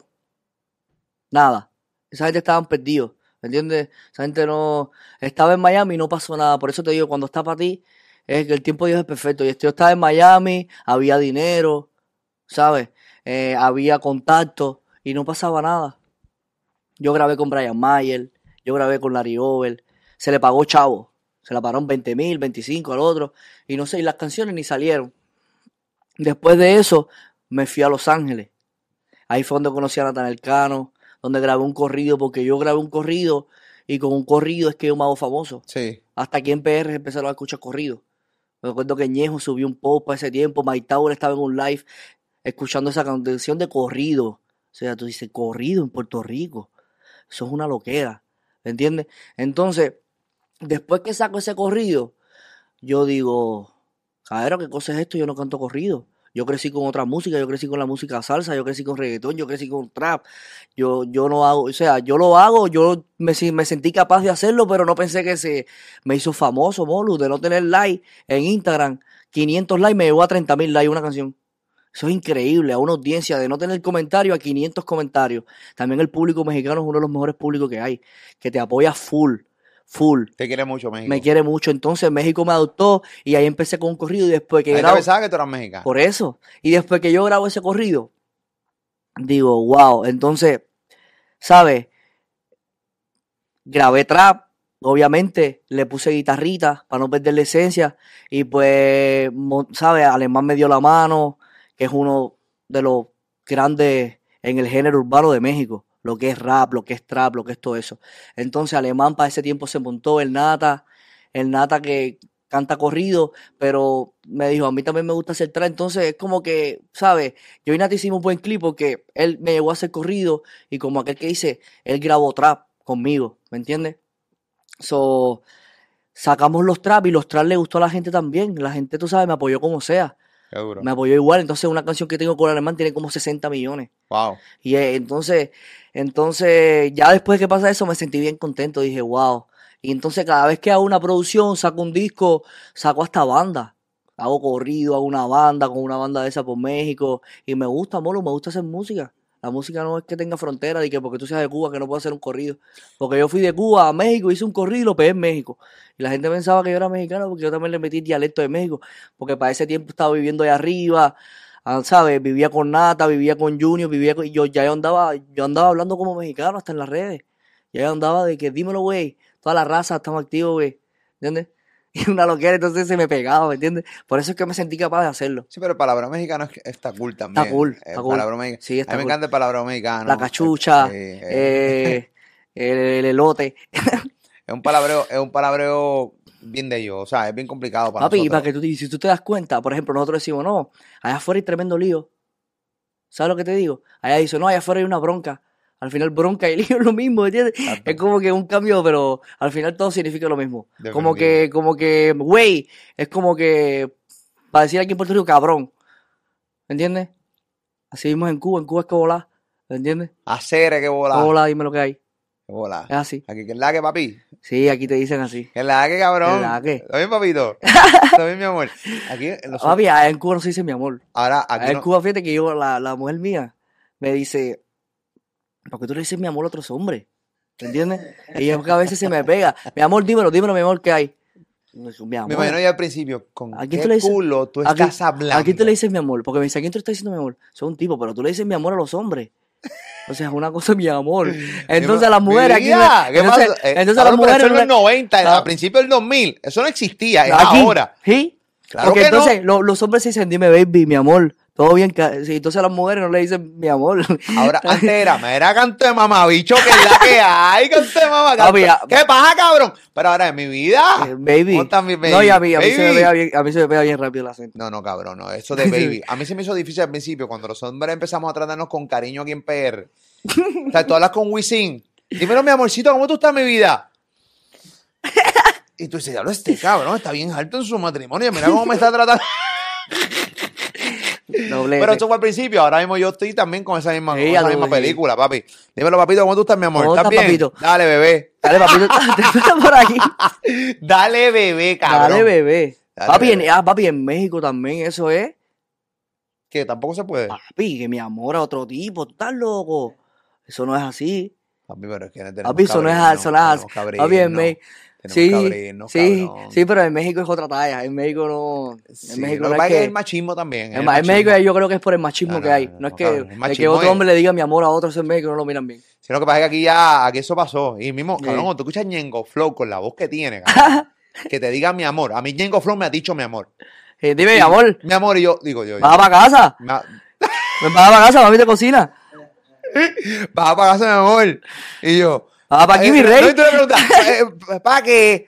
nada. Esa gente estaban perdidos, ¿me entiendes? Esa gente no... Estaba en Miami y no pasó nada. Por eso te digo, cuando está para ti, es que el tiempo de Dios es perfecto. Y este, yo estaba en Miami, había dinero, ¿sabes? Eh, había contacto y no pasaba nada. Yo grabé con Brian Mayer, yo grabé con Larry Over, se le pagó chavo, se la pagaron veinte mil, veinticinco al otro, y no sé, y las canciones ni salieron. Después de eso, me fui a Los Ángeles. Ahí fue donde conocí a Nathan Elcano, donde grabé un corrido, porque yo grabé un corrido, y con un corrido es que yo me hago famoso. Sí. Hasta aquí en P R empezaron a escuchar corrido. Me acuerdo que Ñejo subió un post para ese tiempo, Mike Tower estaba en un live escuchando esa canción de corrido. O sea, tú dices, corrido en Puerto Rico. Eso es una loquera, ¿me entiendes? Entonces, después que saco ese corrido, yo digo, cabrón, ¿qué cosa es esto? Yo no canto corrido. Yo crecí con otra música, yo crecí con la música salsa, yo crecí con reggaetón, yo crecí con trap. Yo, yo no hago, o sea, yo lo hago, yo me, me sentí capaz de hacerlo, pero no pensé que se me hizo famoso, Molu, de no tener like en Instagram. quinientos likes me llevó a treinta mil likes una canción. Eso es increíble, a una audiencia de no tener comentario a quinientos comentarios. También el público mexicano es uno de los mejores públicos que hay, que te apoya full, full. Te quiere mucho México. Me quiere mucho. Entonces México me adoptó y ahí empecé con un corrido y después que La gente grabo... pensaba que tú eras mexicano. Por eso. Y después que yo grabo ese corrido, digo, wow. Entonces, ¿sabes? Grabé trap. Obviamente le puse guitarrita para no perder la esencia. Y pues, ¿sabes? Alemán me dio la mano, que es uno de los grandes en el género urbano de México. Lo que es rap, lo que es trap, lo que es todo eso. Entonces Alemán para ese tiempo se montó, el Nata, el Nata que canta corrido, pero me dijo, a mí también me gusta hacer trap. Entonces es como que, ¿sabes? Yo y Nata hicimos un buen clip porque él me llevó a hacer corrido y como aquel que dice, él grabó trap conmigo, ¿me entiendes? So, sacamos los trap y los trap le gustó a la gente también. La gente, tú sabes, me apoyó como sea. Seguro. Me apoyó igual. Entonces una canción que tengo con Alemán tiene como sesenta millones. Wow. Y eh, entonces, entonces, ya después de que pasa eso, me sentí bien contento. Dije, wow. Y entonces cada vez que hago una producción, saco un disco, saco hasta banda. Hago corrido, hago una banda con una banda de esa por México. Y me gusta, molo, me gusta hacer música. La música no es que tenga frontera, de que porque tú seas de Cuba que no puedo hacer un corrido. Porque yo fui de Cuba a México, hice un corrido y lo pegué en México. Y la gente pensaba que yo era mexicano porque yo también le metí dialecto de México. Porque para ese tiempo estaba viviendo allá arriba, ah, ¿sabes? Vivía con Nata, vivía con Junior, vivía con... y yo ya yo andaba, yo andaba hablando como mexicano hasta en las redes. Ya yo andaba de que dímelo, güey, toda la raza estamos activos, güey. ¿Entiendes? Y una loquera, entonces se me pegaba, ¿me entiendes? Por eso es que me sentí capaz de hacerlo. Sí, pero el palabra mexicano es que está cool también. Está cool, El está cool. palabra mexicano. Sí, está a mí me cool. encanta el palabra mexicano. La cachucha, Sí, eh. eh, el, el elote. Es un palabreo, es un palabreo bien de ellos, o sea, es bien complicado para Papi, y nosotros. para que tú, si tú te das cuenta, por ejemplo, nosotros decimos, no, allá afuera hay tremendo lío. ¿Sabes lo que te digo? Allá dice, no, allá afuera hay una bronca. Al final bronca y lío es lo mismo, ¿entiendes? Exacto. Es como que un cambio, pero al final todo significa lo mismo. Definitivo. Como que, como que, güey, es como que, para decir aquí en Puerto Rico, cabrón. ¿Me entiendes? Así mismo en Cuba, en Cuba es que volá, ¿me entiendes? Hacer que volar. Que volá, dime lo que hay. Que volar. Es así. Aquí, que es la que, papi. Sí, aquí te dicen así. Que es la que, cabrón. ¿Qué es la que? ¿Está bien, papito? ¿Está bien, mi amor? Aquí, en los- Papi, allá en Cuba no se dice mi amor. ahora, Allá aquí en no- Cuba, fíjate que yo, la, la mujer mía, me dice, ¿por qué tú le dices mi amor a otros hombres? ¿Me entiendes? Y yo que a veces se me pega. Mi amor, dímelo, dímelo, mi amor, ¿qué hay? Mi amor. me imagino ya al principio, ¿con ¿A quién qué tú le dices? culo tú ¿A quién- estás hablando? ¿A quién tú le dices mi amor? Porque me dice, ¿a quién tú estás diciendo mi amor? Soy un tipo, pero tú le dices mi amor a los hombres. O sea, es una cosa mi amor. Entonces a las mujeres aquí... Mira, ¿qué entonces, pasa? Eh, entonces a las cabrón, pero mujeres... eso en no los le- noventa, Ah. a principios del dos mil, eso no existía, es Aquí, ahora. ¿sí? Claro Porque que no. entonces lo- los hombres se dicen, dime baby, mi amor, todo bien. ca- sí, entonces a las mujeres no le dicen mi amor. Ahora, antes era, me era canto de mamabicho, que es la que hay, canto de mamá. canto- Papi, ah, ¿Qué pasa, cabrón? Pero ahora en mi vida. Eh, baby. ¿Cómo está mi baby? No, y a mí, a mí se me Baby. pega bien, a mí se me pega bien rápido el acento. No, no, cabrón, no. Eso de baby. A mí se me hizo difícil al principio, cuando los hombres empezamos a tratarnos con cariño aquí en P R. O sea, tú hablas con Wisin. Dímelo, mi amorcito, ¿cómo tú estás, mi vida? Y tú dices, diablo, este cabrón está bien alto en su matrimonio. Mira cómo me está tratando. Doblete. Pero eso fue al principio. Ahora mismo yo estoy también con esa misma, Sí, con ya esa lo misma vi. película, papi. Dímelo, papito, ¿cómo tú estás, mi amor? ¿Cómo ¿Estás estás, bien? papito? Dale, bebé. Dale, papito, te estás por aquí. Dale, bebé, cabrón. Dale, bebé. Dale, papi, bebé. En, ah, papi, en México también eso es. Que tampoco se puede. Papi, que mi amor a otro tipo, tú estás loco. Eso no es así. Papi, pero es que tenemos Papi, eso no es cabrirnos, eso no es así. tenemos que Papi, en abrirnos, México. tenemos Sí, que abrirnos, sí, cabrón. sí, pero en México es otra talla. En México no. En Sí, México lo no que pasa es es que. el machismo también. es En, el Ma- en machismo. México yo creo que es por el machismo No, no, que hay. no, No, no, es que, cabrón, el el que machismo otro es- hombre le diga mi amor a otro en México no lo miran bien. Sí, lo que pasa es que aquí ya, aquí eso pasó. Y mismo, Sí. cabrón, cuando tú escuchas Ñengo Flow con la voz que tiene, cabrón, que te diga mi amor. A mí Ñengo Flow me ha dicho mi amor. Eh, dime, Y- mi amor, Mi amor, y yo, digo yo, yo, ¿vas para casa? me ha- ¿Vas para casa? Mami te cocina. vas a pagarse, mi amor. Y yo, ¿Vas para aquí, eh, mi no, rey? y tú le preguntas, eh, ¿para qué?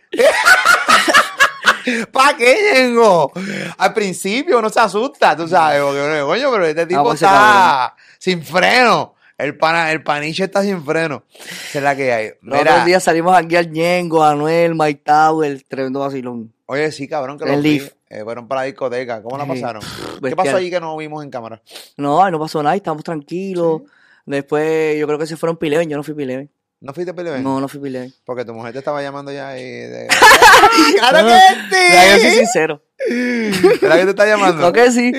¿Para qué, Ñengo? Al principio uno se asusta, tú sabes, porque uno, coño, pero este tipo pues, ese está sin freno. El, pana, el paniche está sin freno. Esa es la que hay. Los Mira, otros días salimos aquí al Ñengo, Anuel, Mike Tower, tremendo vacilón. oye, sí, cabrón, que El los vi. Leaf. Eh, fueron para la discoteca. ¿Cómo la Sí. pasaron? ¿Qué Bestial. pasó allí que no vimos en cámara? No, ay, no pasó nada, estamos tranquilos. Después yo creo que se fueron Pileven, yo no fui Pileven. ¿No fuiste Peleven? No, no fui Pileven. Porque tu mujer te estaba llamando ya y... De... No, ¡Claro no. que Ya, yo soy sí! sincero. ¿Será que te está llamando? ¿No que sí?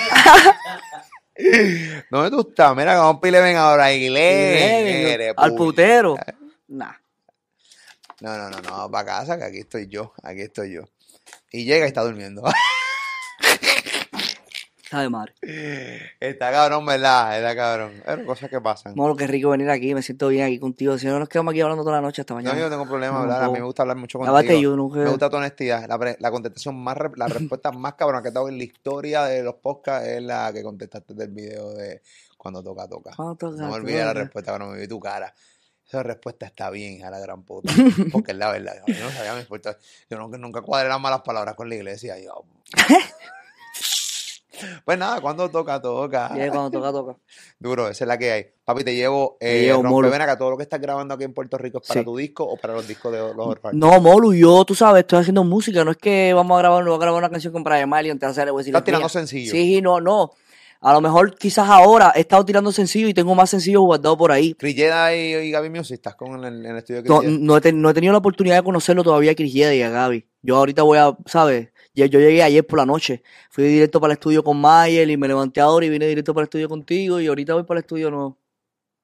¿Dónde tú estás? Mira, vamos Peleven ahora. Iglesia. Pileven, al putero. Nah. No, no, no, no. Para casa, que aquí estoy yo. Aquí estoy yo. Y llega y está durmiendo. Está de madre. Está cabrón, ¿verdad? Está cabrón. Pero cosas que pasan. Molo, qué rico venir aquí, me siento bien aquí contigo. Si no, nos quedamos aquí hablando toda la noche hasta No, mañana. yo no tengo problema No, hablar. A mí tampoco. me gusta hablar mucho Aparte, contigo. yo nunca- Me gusta tu honestidad. La, pre- la contestación más, re- la respuesta más cabrona que he dado en la historia de los podcasts es la que contestaste del video de cuando toca, toca. Cuando toca, No me olvidé la toca. respuesta cuando me vi tu cara. Esa respuesta está bien, a la gran puta. Porque es la verdad. Yo no sabía, me importa. Yo nunca, nunca cuadré las malas palabras con la iglesia. Yo... Pues nada, cuando toca, toca. Ya cuando toca, toca. Duro, esa es la que hay. Papi, te llevo, Te eh, llevo, rompe molo. ven acá, todo lo que estás grabando aquí en Puerto Rico es para Sí. tu disco o para los discos de los Orphans. No, Molu, yo, tú sabes, estoy haciendo música. No es que vamos a grabar, no voy a grabar una canción con Brian Marley antes de hacerle, voy a decir, Estás tirando mía. sencillo. Sí, no, no. A lo mejor quizás ahora he estado tirando sencillo y tengo más sencillos guardados por ahí. Chris Yeda y, y Gaby Music, ¿estás con el, en el estudio de No, Chris Yeda? no, he ten- no he tenido la oportunidad de conocerlo todavía a Chris Yeda y a Gaby. Yo ahorita voy a, ¿sabes? Ya- Yo llegué ayer por la noche. Fui directo para el estudio con Mayer y me levanté ahora y vine directo para el estudio contigo y ahorita voy para el estudio no.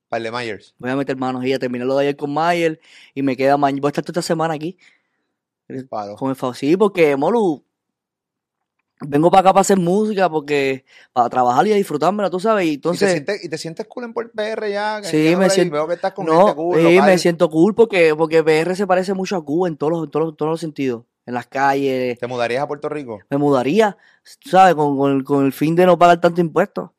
Para el de Myers. Voy a meter manos y ya terminé lo de ayer con Mayer y me queda mañana. Voy a estar toda esta semana aquí. Palo. Con el favor. Sí, porque, Molu, vengo para acá para hacer música, porque para trabajar y a disfrutármela, tú sabes. Y ¿Y, te entonces, sientes, ¿Y te sientes cool en P R ya? sí, Ya no me por ahí, siento. Veo que estás con No, gente cool, sí, local. me siento cool porque, porque P R se parece mucho a Cuba en todos los, en todos los, todos los sentidos. En las calles. ¿Te mudarías a Puerto Rico? Me mudaría, tú ¿sabes? Con, con, con el fin de no pagar tanto impuesto.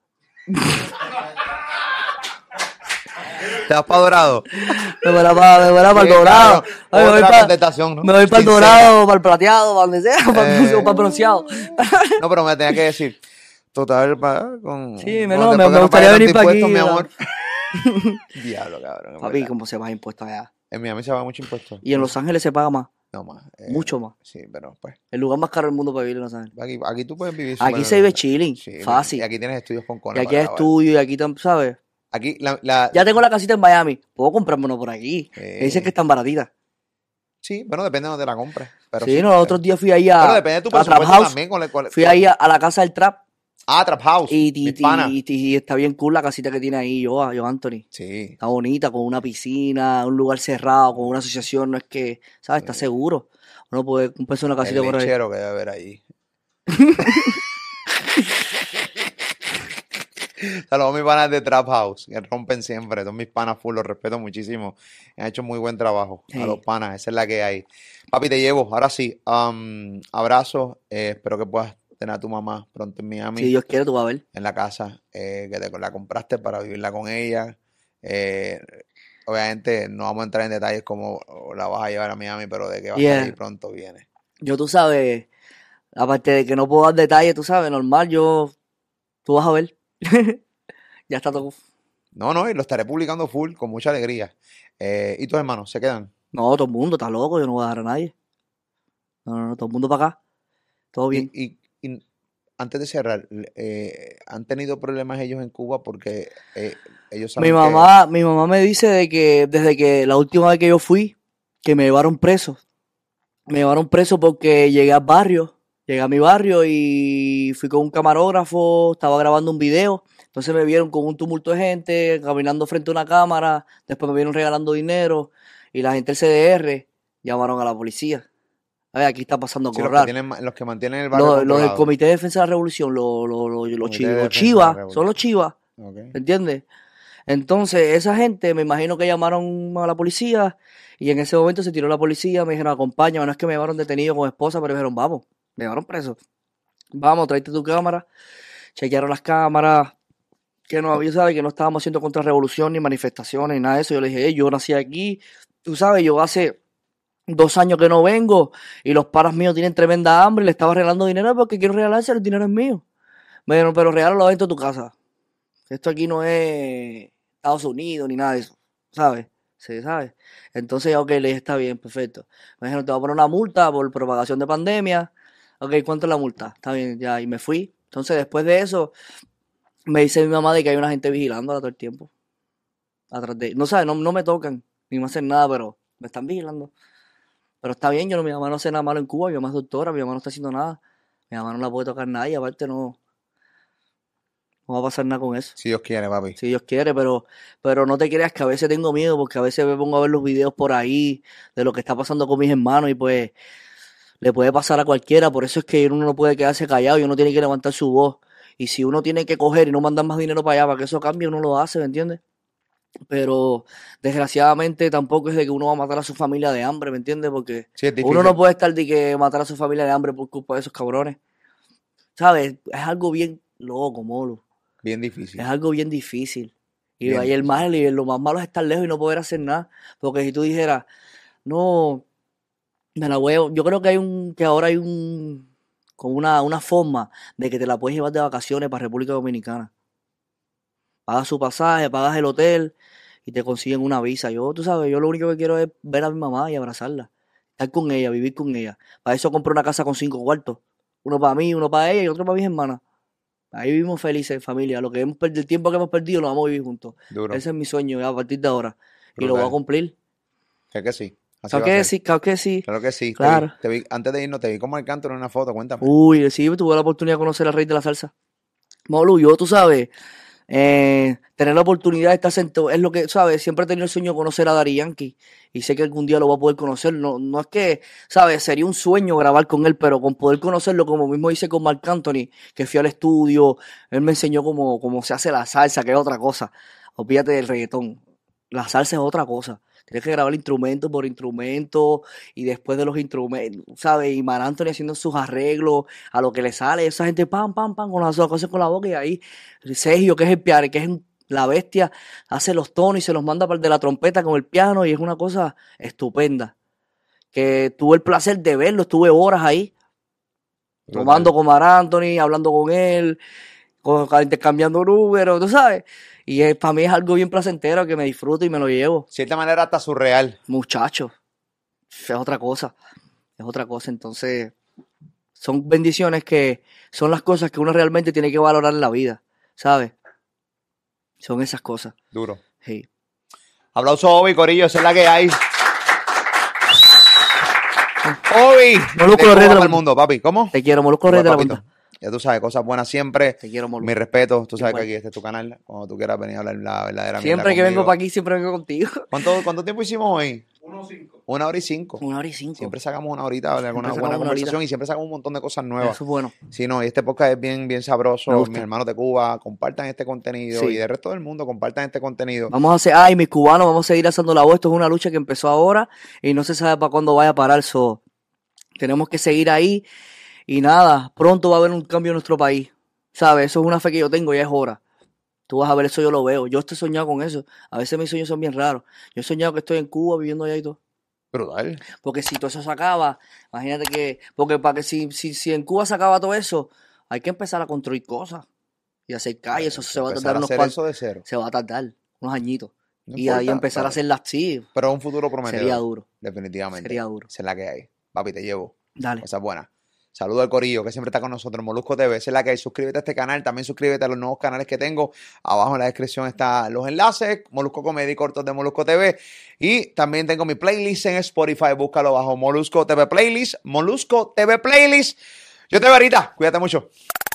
¿Te vas para Dorado? Me voy para, me voy para el Sí, Dorado. claro. Ay, me voy Otra para, contestación, ¿no? me voy para el Sincera. Dorado, para el Plateado, para donde sea, para, el- Eh. para el bronceado. No, pero me tenía que decir. Total, pa, con. Sí, me- con- no, me- después que me gustaría pague venir tanto pa' aquí, impuesto, mi ¿verdad? amor. Diablo, cabrón. en Papi, verdad. ¿cómo se baja impuestos allá? En Miami se paga mucho impuesto. Y en Los Ángeles se paga más, No más. eh, mucho más. Sí, pero pues. El lugar más caro del mundo para vivir en Los Ángeles. Aquí, aquí tú puedes vivir. Aquí súper- se vive chilling, Sí, fácil. Y aquí tienes estudios con Y Cone aquí para hay grabar. estudio y aquí, tam- ¿sabes? Aquí, la, la- Ya tengo la casita en Miami. Puedo comprarme uno por aquí. Eh. Me dicen que están baratitas. Sí, bueno, depende de donde la compres. Pero Sí, sí, no, los otros días fui ahí a, Pero depende de tu a Trap presupuesto House. también. Con el, con el- Fui ahí a, a la casa del Trap. Ah, Trap House. Y, mis y- panas. y- y- y está bien cool la casita que tiene ahí, yo, yo Anthony. Sí. Está bonita, con una piscina, un lugar cerrado, con una asociación, no es que, ¿sabes? Está seguro. Uno puede comprarse una casita El por ahí. lechero que debe haber ahí. Saludos a mis panas de Trap House, que rompen siempre. Son mis panas full, los respeto muchísimo. Han hecho muy buen trabajo. Sí. A los panas, esa es la que hay. Papi, te llevo. Ahora sí, um, abrazos. Eh, espero que puedas tener a tu mamá pronto en Miami, Si Dios quiere, tú vas a ver. en la casa, eh, que te la compraste para vivirla con ella. Eh, obviamente no vamos a entrar en detalles cómo la vas a llevar a Miami, pero de que va a Yeah. estar ahí pronto viene. Yo, tú sabes, aparte de que no puedo dar detalles, tú sabes, normal, yo, tú vas a ver. Ya está todo. No, no, y lo estaré publicando full, con mucha alegría. Eh, ¿y tus hermanos se quedan? No, todo el mundo está loco, yo no voy a dejar a nadie. No, no, no, todo el mundo para acá. Todo bien. Y, y- y antes de cerrar, eh, ¿han tenido problemas ellos en Cuba? Porque eh, ellos saben Mi que- mamá, mi mamá me dice de que desde que la última vez que yo fui, que me llevaron preso. Me llevaron preso porque llegué al barrio, llegué a mi barrio y fui con un camarógrafo, estaba grabando un video. Entonces me vieron con un tumulto de gente, caminando frente a una cámara, después me vieron regalando dinero y la gente del C D R llamaron a la policía. A ver, aquí está pasando sí, algo los, que raro. tienen ma- los que mantienen el barrio Los, los del controlado. Comité de Defensa de la Revolución, los, los, los, los Comité chi- de los Defensa de la chivas, Revolución. son los chivas. Ok. ¿Entiendes? Entonces, esa gente, me imagino que llamaron a la policía y en ese momento se tiró la policía, me dijeron, acompáñame, no es que me llevaron detenido con esposa, pero me dijeron, vamos, me llevaron preso. Vamos, tráete tu cámara. Chequearon las cámaras, que no había, ¿sabes? Que no estábamos haciendo contrarrevolución ni manifestaciones ni nada de eso. Yo le dije, hey, yo nací aquí, tú sabes, yo hace dos años que no vengo y los paras míos tienen tremenda hambre y le estaba regalando dinero porque quiero regalarse, el dinero es mío. Me dijeron, pero regálalo dentro de tu casa. Esto aquí no es Estados Unidos ni nada de eso, ¿sabes? Sí, ¿sabes? Entonces, ok, le dije, está bien, perfecto. Me dijeron, te voy a poner una multa por propagación de pandemia. Ok, ¿cuánto es la multa? Está bien, ya, y me fui. Entonces, después de eso, me dice mi mamá de que hay una gente vigilándola todo el tiempo. Atrás de... No, ¿sabes? No, no me tocan, ni me hacen nada, pero me están vigilando. Pero está bien, yo no, mi mamá no hace nada malo en Cuba, mi mamá es doctora, mi mamá no está haciendo nada. Mi mamá no la puede tocar nadie, aparte no... No va a pasar nada con eso. Si Dios quiere, papi. Si Dios quiere, pero, pero no te creas que a veces tengo miedo porque a veces me pongo a ver los videos por ahí de lo que está pasando con mis hermanos y pues le puede pasar a cualquiera. Por eso es que uno no puede quedarse callado y uno tiene que levantar su voz. Y si uno tiene que coger y no mandar más dinero para allá para que eso cambie, uno lo hace, ¿me entiendes? Pero desgraciadamente tampoco es de que uno va a matar a su familia de hambre, ¿me entiendes? Porque Sí, es difícil. uno no puede estar de que matar a su familia de hambre por culpa de esos cabrones. ¿Sabes? Es algo bien loco, molo. Bien difícil. Es algo bien difícil. Y Bien ahí el mal, y lo más malo es estar lejos y no poder hacer nada. Porque si tú dijeras, no, me la voy a- yo creo que hay un, que ahora hay un, como una, una forma de que te la puedes llevar de vacaciones para República Dominicana. Pagas su pasaje, pagas el hotel y te consiguen una visa. Yo, tú sabes, yo lo único que quiero es ver a mi mamá y abrazarla. Estar con ella, vivir con ella. Para eso compré una casa con cinco cuartos. Uno para mí, uno para ella y otro para mis hermanas. Ahí vivimos felices en familia. Lo que hemos perdido, el tiempo que hemos perdido lo vamos a vivir juntos. Duro. Ese es mi sueño a partir de ahora. Y lo Brutal. voy a cumplir. Claro que sí. Así Claro va a que ser. sí, claro que sí. Claro que sí. Te Claro. vi- Te vi, antes de irnos, te vi como el canto en una foto. Cuéntame. Uy, sí, tuve la oportunidad de conocer al rey de la salsa. Molu, yo, tú sabes, Eh, tener la oportunidad de estar sentado, es lo que, ¿sabes? Siempre he tenido el sueño de conocer a Daddy Yankee y sé que algún día lo voy a poder conocer. No, no es que, ¿sabes? Sería un sueño grabar con él, pero con poder conocerlo, como mismo hice con Marc Anthony, que fui al estudio, él me enseñó cómo, cómo se hace la salsa, que es otra cosa. Olvídate del reggaetón. La salsa es otra cosa. Tienes que grabar instrumento por instrumento y después de los instrumentos, ¿sabes? Y Marc Anthony haciendo sus arreglos a lo que le sale. Esa gente pam, pam, pam, con las cosas con la boca y ahí Sergio, que es el piano, que es la bestia, hace los tonos y se los manda para el de la trompeta con el piano y es una cosa estupenda. Que tuve el placer de verlo, estuve horas ahí, Total. tomando con Marc Anthony, hablando con él, con, intercambiando números, tú sabes. Y es, para mí es algo bien placentero que me disfruto y me lo llevo. De cierta manera hasta surreal. Muchachos, es otra cosa, es otra cosa. Entonces, son bendiciones que son las cosas que uno realmente tiene que valorar en la vida, ¿sabes? Son esas cosas. Duro. Sí. Aplauso a Obi, corillo, esa es la que hay. Obi, Molusco, de los reyes de Cuba la para el mundo, papi. ¿Cómo? Te quiero, Molusco Rey de la Papito, Punta. ya tú sabes, cosas buenas siempre. Te quiero, Molusco. Mi respeto, tú sabes Igual. que aquí este es tu canal. Cuando tú quieras venir a hablar la verdadera Siempre mierda que vengo conmigo. para aquí, siempre vengo contigo. ¿Cuánto, ¿Cuánto tiempo hicimos hoy? uno cinco. Una hora y cinco. Una hora y cinco. Siempre sacamos una horita, ¿vale? Una sacamos buena una conversación horita. y siempre sacamos un montón de cosas nuevas. Eso es bueno. Sí, no, y este podcast es bien, bien Me sabroso. gusta. Mis hermanos de Cuba, compartan este contenido Sí. y del resto del mundo, compartan este contenido. Vamos a hacer, ay, mis cubanos, vamos a seguir alzando la voz. Esto es una lucha que empezó ahora y no se sabe para cuándo vaya a parar. So, tenemos que seguir ahí y nada, pronto va a haber un cambio en nuestro país. ¿Sabes? Eso es una fe que yo tengo, ya es hora. Tú vas a ver, eso yo lo veo. Yo estoy soñado con eso. A veces mis sueños son bien raros. Yo he soñado que estoy en Cuba viviendo allá y todo. Brutal. Porque si todo eso se acaba, imagínate que, porque para que si, si, si en Cuba se acaba todo eso, hay que empezar a construir cosas y hacer calles. Eso se va a Empezar tardar a unos hacer cuantos, eso de cero. se va a tardar unos añitos. No y ahí importa, empezar pero- a hacerlas así, Pero un futuro prometedor. sería duro. Definitivamente. Sería duro. Esa es la que hay. Papi, te llevo. Dale. Esa es buena. Saludo al corillo que siempre está con nosotros, Molusco T V, esa es la que hay. Suscríbete a este canal, también suscríbete a los nuevos canales que tengo. Abajo en la descripción están los enlaces, Molusco Comedy, cortos de Molusco T V. Y también tengo mi playlist en Spotify, búscalo bajo Molusco T V Playlist, Molusco T V Playlist. Yo te veo ahorita, cuídate mucho.